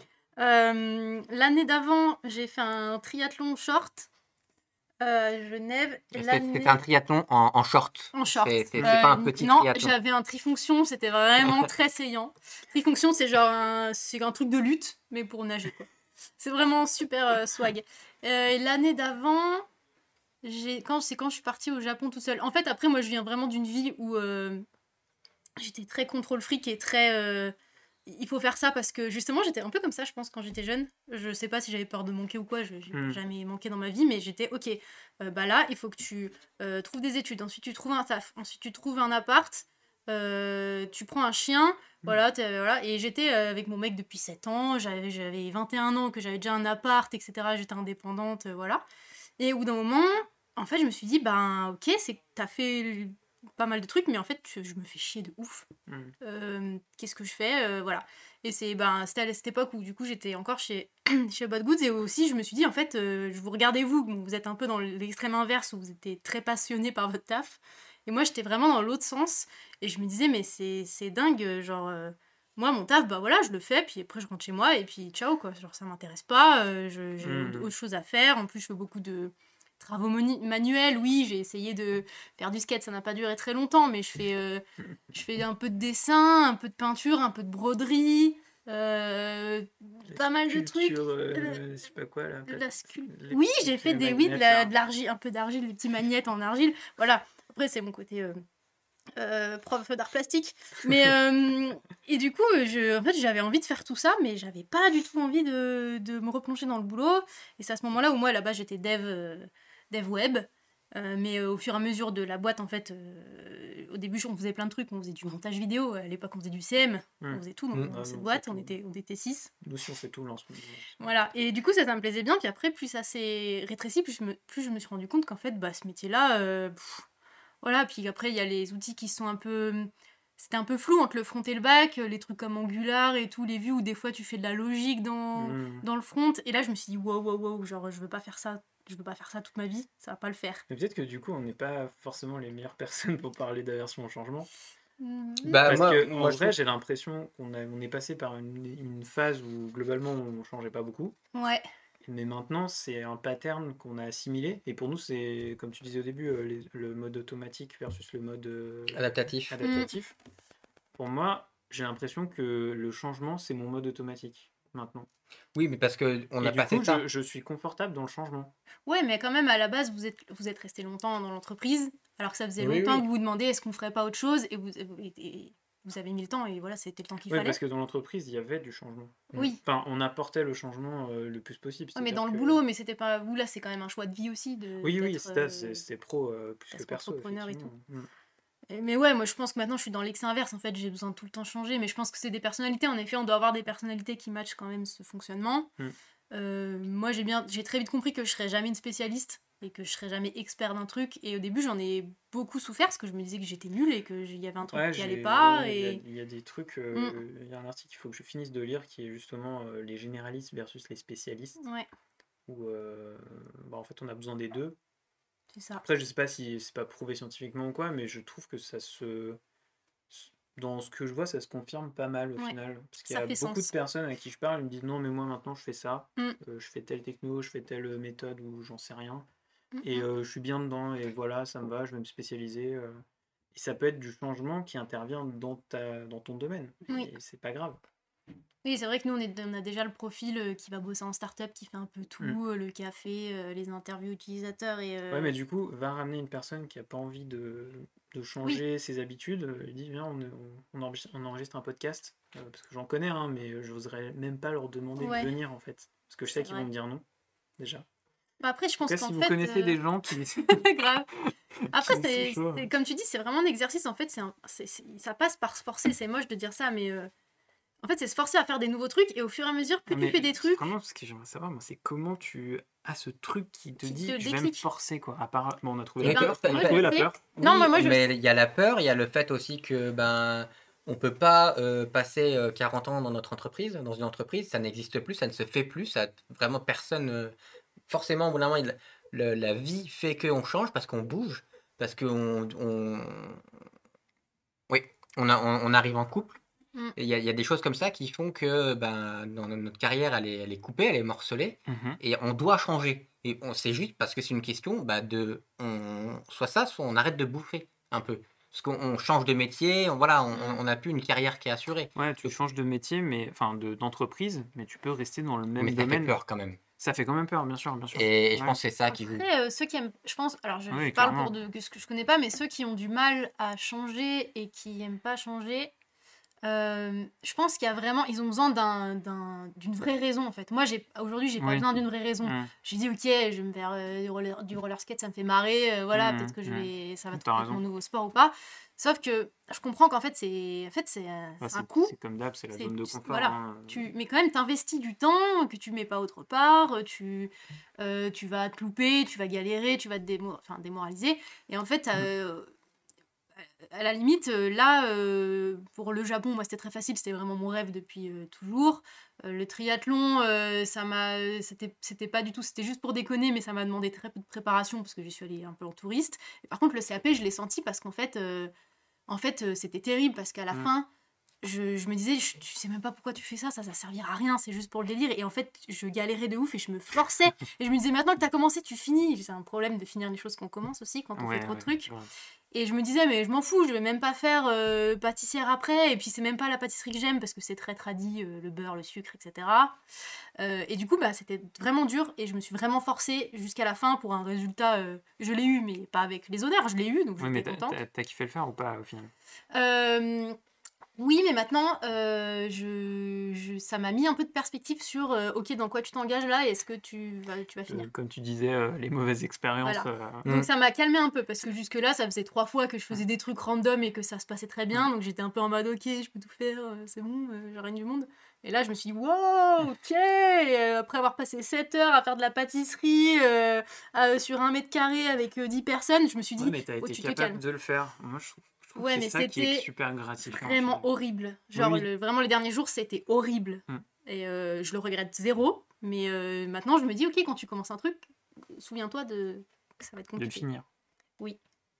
Euh, l'année d'avant, j'ai fait un triathlon short euh, à Genève. C'était L'année- c'était un triathlon en, en short. En short. C'est c'est- c'est Euh, pas un petit non, triathlon. j'avais un trifonction, c'était vraiment très saillant. Trifonction, c'est genre un, c'est un truc de lutte, mais pour nager, quoi. C'est vraiment super euh, swag. Euh, et l'année d'avant, j'ai, quand, c'est quand je suis partie au Japon toute seule. En fait, après, moi, je viens vraiment d'une vie où euh, j'étais très contrôle fric et très... euh, il faut faire ça parce que justement j'étais un peu comme ça je pense quand j'étais jeune. Je sais pas si j'avais peur de manquer ou quoi, je j'ai Mm. jamais manqué dans ma vie, mais j'étais ok, euh, bah là il faut que tu euh, trouves des études, ensuite tu trouves un taf, ensuite tu trouves un appart, euh, tu prends un chien, voilà, t'es- voilà. Et j'étais euh, avec mon mec depuis sept ans, j'avais, j'avais vingt et un ans, que j'avais déjà un appart, et cetera. J'étais indépendante, euh, voilà. Et au bout d'un moment, en fait je me suis dit, ben ok, c'est que t'as fait pas mal de trucs, mais en fait je, je me fais chier de ouf. Mm. Euh, qu'est-ce que je fais euh, voilà. Et c'est ben c'était à cette époque où du coup j'étais encore chez chez Bad Goods, et aussi je me suis dit en fait euh, je vous regardez vous, bon, vous êtes un peu dans l'extrême inverse où vous étiez très passionné par votre taf, et moi j'étais vraiment dans l'autre sens, et je me disais mais c'est c'est dingue, genre euh, moi mon taf bah voilà je le fais, puis après je rentre chez moi et puis ciao quoi, genre ça m'intéresse pas, euh, je- j'ai Mhm. autre chose à faire, en plus je fais beaucoup de travaux manu- manuels, oui, j'ai essayé de faire du skate, ça n'a pas duré très longtemps, mais je fais, euh, je fais un peu de dessin, un peu de peinture, un peu de broderie, euh, La pas mal de trucs. sculpture, euh, je sais pas quoi là. De la sculpture. les- Oui, j'ai les fait des, oui, de, magnettes, la, là. de l'argile, un peu d'argile, des petits magnettes en argile. Voilà. Après, c'est mon côté euh, euh, prof d'art plastique. Mais euh, et du coup, je, en fait, j'avais envie de faire tout ça, mais j'avais pas du tout envie de, de me replonger dans le boulot. Et c'est à ce moment-là où moi, là-bas, j'étais dev, euh, dev web. Euh, mais euh, au fur et à mesure de la boîte, en fait, euh, au début, on faisait plein de trucs. On faisait du montage vidéo. À l'époque, on faisait du C M. Hmm. On faisait tout dans, Hmm. dans Ah, cette nous, on boîte. fait On tout. était, on était six. Nous aussi, on fait tout là en ce moment. Voilà, et du coup ça, ça me plaisait bien, puis après plus ça s'est rétréci, plus je me, plus je me suis rendu compte qu'en fait bah, ce métier-là, euh, pff, voilà, puis après il y a les outils qui sont un peu... C'était un peu flou entre le front et le back, les trucs comme Angular et tout, les vues où des fois tu fais de la logique dans, Hmm. dans le front, et là je me suis dit wow wow wow, genre je veux pas faire ça, je veux pas faire ça toute ma vie, ça va pas le faire. Mais peut-être que du coup, on n'est pas forcément les meilleures personnes pour parler d'aversion au changement. Bah, Parce moi, que moi, en je vrai, trouve- j'ai l'impression qu'on a, on est passé par une, une phase où globalement on changeait pas beaucoup. Ouais, Mais maintenant, c'est un pattern qu'on a assimilé. Et pour nous, c'est, comme tu disais au début, euh, les- le mode automatique versus le mode euh, adaptatif. adaptatif. Pour moi, j'ai l'impression que le changement, c'est mon mode automatique maintenant. Oui, mais parce que on Et a du passé coup, ça. je, je suis confortable dans le changement. ouais, mais quand même à la base vous êtes, vous êtes resté longtemps dans l'entreprise, alors que ça faisait Oui, longtemps oui. que vous vous demandez est-ce qu'on ferait pas autre chose, et vous, et- et vous avez mis le temps, et voilà, c'était le temps qu'il Oui, fallait. parce que dans l'entreprise, il y avait du changement. Oui. Enfin, on apportait le changement euh, le plus possible. Ouais, mais c'est-à-dire dans le que- boulot, mais c'était pas vous là, c'est quand même un choix de vie aussi de. Oui, oui, d'être, c'était euh, c'est- c'était pro euh, plus que d'être perso, entrepreneur et effectivement. Mm. et- Mais ouais, moi je pense que maintenant je suis dans l'ex inverse. En fait, j'ai besoin de tout le temps changer. Mais je pense que c'est des personnalités. En effet, on doit avoir des personnalités qui matchent quand même ce fonctionnement. Mm. Euh, moi, j'ai bien, j'ai très vite compris que je serais jamais une spécialiste et que je serais jamais expert d'un truc. Et au début, j'en ai beaucoup souffert parce que je me disais que j'étais nulle et que il y avait un truc Ouais, qui j'ai- allait pas. ouais, il y a- Et il y, a des trucs. euh, Il y a un article qu'il faut que je finisse de lire qui est justement euh, les généralistes versus les spécialistes. ouais, Où euh, bah, en fait, on a besoin des deux. c'est ça. Après, je sais pas si c'est pas prouvé scientifiquement ou quoi, mais je trouve que ça se. Dans ce que je vois, ça se confirme pas mal au Ouais, final. Parce qu'il y ça a fait beaucoup sens. de personnes à qui je parle, ils me disent non, mais moi maintenant je fais ça, Mm. Euh, je fais telle techno, je fais telle méthode ou j'en sais rien. Mm, Et mm. euh, je suis bien dedans et voilà, ça me va, je vais me spécialiser. euh. Et ça peut être du changement qui intervient dans, ta, dans ton domaine. Oui. Et c'est pas grave. Oui, c'est vrai que nous, on, est, on a déjà le profil euh, qui va bosser en start-up, qui fait un peu tout, Mm. euh, le café, euh, les interviews utilisateurs et... euh, Ouais, mais du coup, va ramener une personne qui a pas envie de, de changer ses habitudes. euh, Il dit, viens, on, on, on enregistre, on enregistre un podcast. Euh, parce que j'en connais, hein, mais je n'oserais même pas leur demander Ouais. de venir en fait. Parce que je C'est sais qu'ils vrai. vont me dire non, déjà. Bah après, je En tout pense cas, qu'en si vous fait... connaissez euh, des gens qui. grave. Après, qui c'est, sont chauds. c'est- comme tu dis, c'est vraiment un exercice. En fait, c'est un- c'est- c'est- ça passe par se forcer. C'est moche de dire ça, mais euh, en fait, c'est se forcer à faire des nouveaux trucs. Et au fur et à mesure, plus Mais tu fais des trucs, Vraiment, ce que j'aimerais savoir, moi, c'est comment tu as ce truc qui te Qui dit te je vais me déclic. forcer, quoi. À part. Bon, on a trouvé Eh la ben, peur. On moi, a je trouvé la sais. peur. Non, moi, moi, je mais il y a la peur, il y a le fait aussi que ben on peut pas euh, passer euh, quarante ans dans notre entreprise, dans une entreprise, ça n'existe plus, ça ne se fait plus, ça vraiment personne. euh, forcément, au bout d'un moment, il- le- la vie fait qu'on change parce qu'on bouge, parce qu'on on, oui, on, a- on, on arrive en couple. Mm. Et Il y, a- il y a des choses comme ça qui font que ben, dans notre carrière, elle est, elle est coupée, elle est morcelée, Mhm. et on doit changer. Et on, c'est juste parce que c'est une question bah, de on, soit ça, soit on arrête de bouffer un peu. Parce qu'on on change de métier, on, voilà, on Mm. on n'a plus une carrière qui est assurée. Ouais, tu changes de métier, mais enfin de, d'entreprise, mais tu peux rester dans le même Mais ça fait domaine. peur quand même. Ça fait quand même peur, bien sûr, bien sûr. Et, je Ouais. pense que c'est ça qui joue. après, euh, ceux qui aiment, je pense, alors je, Oui, je parle clairement. pour de, que ce que je connais pas, mais ceux qui ont du mal à changer et qui aiment pas changer, euh, je pense qu'il y a vraiment, ils ont besoin d'un, d'un- d'une vraie raison en fait. Moi, j'ai, aujourd'hui, j'ai pas Oui. besoin d'une vraie raison. Mm. J'ai dit ok, je vais me faire euh, du, roller, du roller skate, ça me fait marrer, euh, voilà, Mm, peut-être que je mm. vais, ça va T'as être raison. mon nouveau sport ou pas. Sauf que je comprends qu'en fait c'est, en fait c'est, euh, Bah, c'est un c'est, coût. c'est comme d'hab, c'est la C'est- zone de tu- confort. voilà. hein. Tu, mais quand même, t'investis du temps que tu mets pas autre part, tu, euh, tu vas te louper, tu vas galérer, tu vas te démo- enfin, démoraliser. Et en fait, euh, à la limite, euh, là, euh, pour le Japon, moi c'était très facile, c'était vraiment mon rêve depuis euh, toujours. Euh, le triathlon, euh, ça m'a, c'était, c'était pas du tout, c'était juste pour déconner, mais ça m'a demandé très peu de préparation parce que j'y suis allée un peu en touriste. Et par contre, le C A P, je l'ai senti parce qu'en fait, euh, en fait, euh, c'était terrible parce qu'à la Mm. fin, je, je me disais, je, tu sais même pas pourquoi tu fais ça, ça, ça servira à rien, c'est juste pour le délire. Et en fait, je galérais de ouf et je me forçais. Et je me disais, maintenant que t'as commencé, tu finis. C'est un problème de finir les choses qu'on commence aussi quand on Ouais, fait trop de ouais, trucs. ouais. Et je me disais, mais je m'en fous, je vais même pas faire euh, pâtissière après. Et puis, c'est même pas la pâtisserie que j'aime parce que c'est très tradit, euh, le beurre, le sucre, et cetera. Euh, et du coup, bah, c'était vraiment dur et je me suis vraiment forcée jusqu'à la fin pour un résultat. Euh, je l'ai eu, mais pas avec les honneurs, je l'ai eu, donc Ouais, mais j'étais t'as, contente. t'as, t'as kiffé le faire ou pas au final? Euh, oui, mais maintenant, euh, je, je- ça m'a mis un peu de perspective sur, euh, ok, dans quoi tu t'engages là et est-ce que tu vas, tu vas finir. Euh, comme tu disais, euh, les mauvaises expériences. Voilà. euh, Donc Mm. ça m'a calmé un peu parce que jusque-là, ça faisait trois fois que je faisais des trucs random et que ça se passait très bien. Donc j'étais un peu en mode, ok, je peux tout faire, euh, c'est bon, euh, je règne du monde. Et là, je me suis dit, wow, ok. Et, euh, après avoir passé sept heures à faire de la pâtisserie euh, à- sur un mètre carré avec euh, dix personnes, je me suis dit, Ouais, mais t'as oh, été tu te capable calmes. de le faire. Moi, je trouve, je trouve Ouais, que mais c'est ça qui est c'était super gratifiant. au vraiment final. horrible. Genre, Oui. le- vraiment, les derniers jours, c'était horrible. Mm. Et euh, je le regrette zéro. Mais euh, maintenant, je me dis, ok, quand tu commences un truc, souviens-toi de que ça va être De le compliqué. finir. Oui.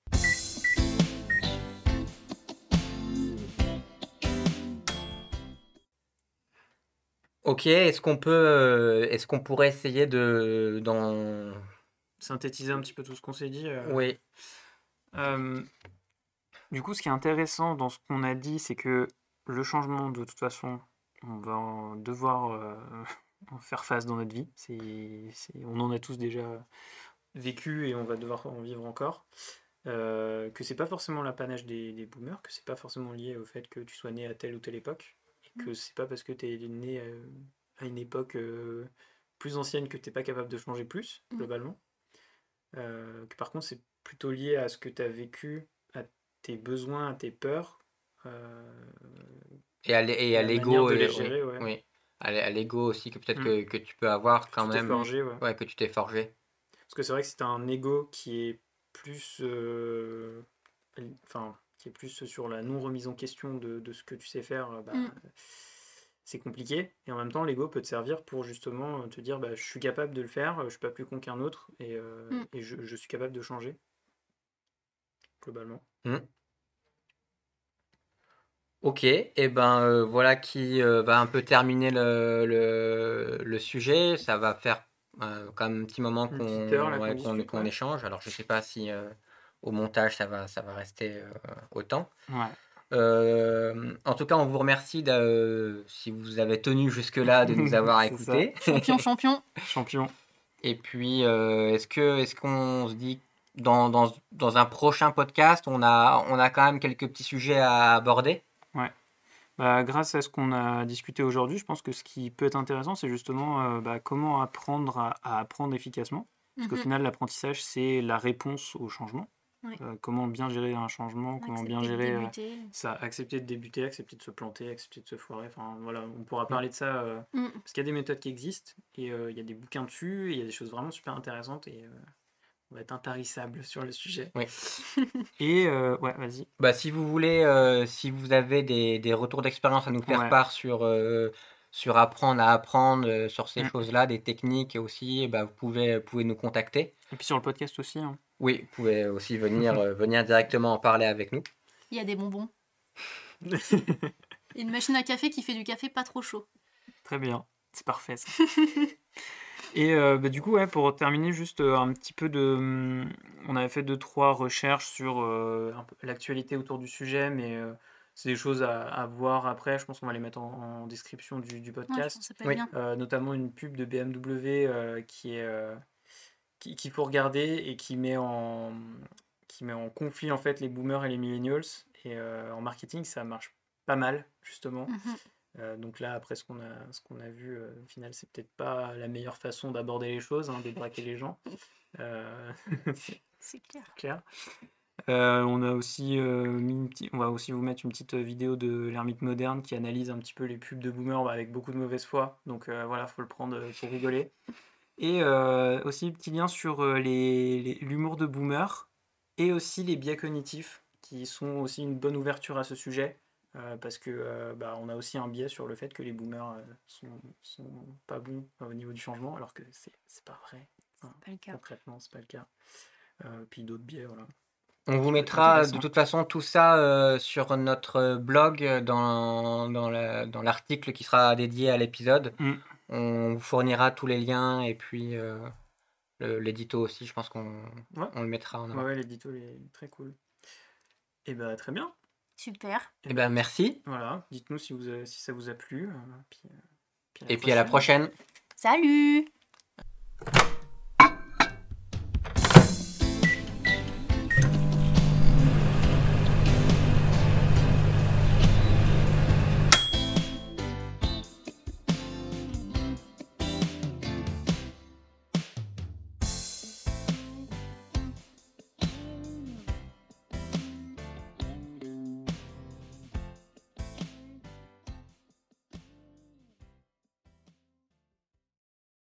Ok, est-ce qu'on peut, euh, est-ce qu'on pourrait essayer de, dans... Synthétiser un petit peu tout ce qu'on s'est dit. euh, Oui, euh, du coup, ce qui est intéressant dans ce qu'on a dit, c'est que le changement, de toute façon, on va en devoir euh, en faire face dans notre vie. C'est, c'est- on en a tous déjà vécu et on va devoir en vivre encore. Euh, que c'est pas forcément l'apanage des, des boomers, que c'est pas forcément lié au fait que tu sois né à telle ou telle époque, et que c'est pas parce que tu es né euh, à une époque euh, plus ancienne que t'es pas capable de changer plus, Mhm. globalement. Euh, que par contre, c'est plutôt lié à ce que tu as vécu, à tes besoins, à tes peurs, euh, et à, l'e- et et à la manière l'ego, de les euh, oui, gérer, ouais. oui, à, l'e- à l'ego aussi que peut-être Mm. que, que tu peux avoir quand Tu t'es même, forgé, ouais. ouais, que tu t'es forgé. Parce que c'est vrai que si t'as un ego qui est plus. euh, Enfin, qui est plus sur la non-remise en question de, de ce que tu sais faire, euh, bah, Mm. c'est compliqué. Et en même temps, l'ego peut te servir pour justement te dire bah, je suis capable de le faire, je suis pas plus con qu'un autre, et, euh, Mm. et je, je suis capable de changer, globalement. Hmm. Ok, et ben euh, voilà qui euh, va un peu terminer le, le, le sujet. Ça va faire euh, quand même un petit moment Une petite heure qu'on là qu'on ouais, qu'on discute, qu'on ouais. échange. Alors je sais pas si euh, au montage ça va, ça va rester euh, autant. Ouais. Euh, en tout cas, on vous remercie de- si vous avez tenu jusque-là de nous avoir C'est ça. écoutés. Champion, champion. Champion. Et puis, euh, est-ce que est-ce qu'on se dit dans, dans, dans un prochain podcast, on a, on a quand même quelques petits sujets à aborder? Ouais. Bah, grâce à ce qu'on a discuté aujourd'hui, je pense que ce qui peut être intéressant, c'est justement euh, bah, comment apprendre à, à apprendre efficacement. Parce qu'au Mhm. final, l'apprentissage, c'est la réponse au changement. Ouais. Euh, comment bien gérer un changement, comment bien Accepter de gérer euh, débuter. ça, accepter de débuter, accepter de se planter, accepter de se foirer. Enfin, voilà, on pourra Mm. parler de ça euh, Mm. parce qu'il y a des méthodes qui existent et euh, il y a des bouquins dessus et il y a des choses vraiment super intéressantes et euh, on va être intarissable sur le sujet. Oui. Et euh, ouais, vas-y. Bah, si vous voulez, euh, si vous avez des, des retours d'expérience à nous faire Ouais. part sur, euh, sur apprendre à apprendre, euh, sur ces Mm. choses-là, des techniques aussi, eh ben, vous pouvez, vous pouvez nous contacter. Et puis sur le podcast aussi. Hein. Oui, vous pouvez aussi venir, euh, venir directement en parler avec nous. Il y a des bonbons. Et une machine à café qui fait du café pas trop chaud. Très bien, c'est parfait ça. Et euh, bah, du coup, ouais, pour terminer, juste euh, un petit peu de. hum, On avait fait deux, trois recherches sur euh, un peu l'actualité autour du sujet, mais euh, c'est des choses à, à voir après. Je pense qu'on va les mettre en, en description du, du Ouais, je pense podcast. que ça peut être Oui. bien. Euh, notamment une pub de B M W euh, qui est euh, qui- qu'il faut regarder et qui met en qui met en conflit en fait les boomers et les millennials. Et euh, en marketing, ça marche pas mal justement. Mhm. Euh, donc là, après ce qu'on a, ce qu'on a vu, euh, au final, c'est peut-être pas la meilleure façon d'aborder les choses, hein, de braquer les gens. Euh, c'est C'est clair. clair. Euh, on a aussi euh, mis une petite- on va aussi vous mettre une petite vidéo de l'ermite moderne qui analyse un petit peu les pubs de boomers bah, avec beaucoup de mauvaise foi. Donc euh, voilà, faut le prendre euh, pour rigoler. Et euh, aussi un petit lien sur euh, les, les- l'humour de boomer et aussi les biais cognitifs qui sont aussi une bonne ouverture à ce sujet. Euh, parce que euh, bah, on a aussi un biais sur le fait que les boomers euh, sont, sont pas bons euh, au niveau du changement, alors que c'est, c'est pas vrai. Hein. Pas le cas. Concrètement, c'est pas le cas. Euh, puis d'autres biais, voilà. On vous Ça va être mettra de intéressant. toute façon tout ça euh, sur notre blog euh, dans, dans, la- dans l'article qui sera dédié à l'épisode. Mm. On vous fournira tous les liens et puis euh, le- l'édito aussi, je pense qu'on Ouais. on le mettra en Ouais, avant. ouais, l'édito il est très cool. Et bah très bien. Super. Eh ben merci Voilà, dites-nous si, vous avez- si ça vous a plu. euh, puis, euh, puis à la et puis à la prochaine. Salut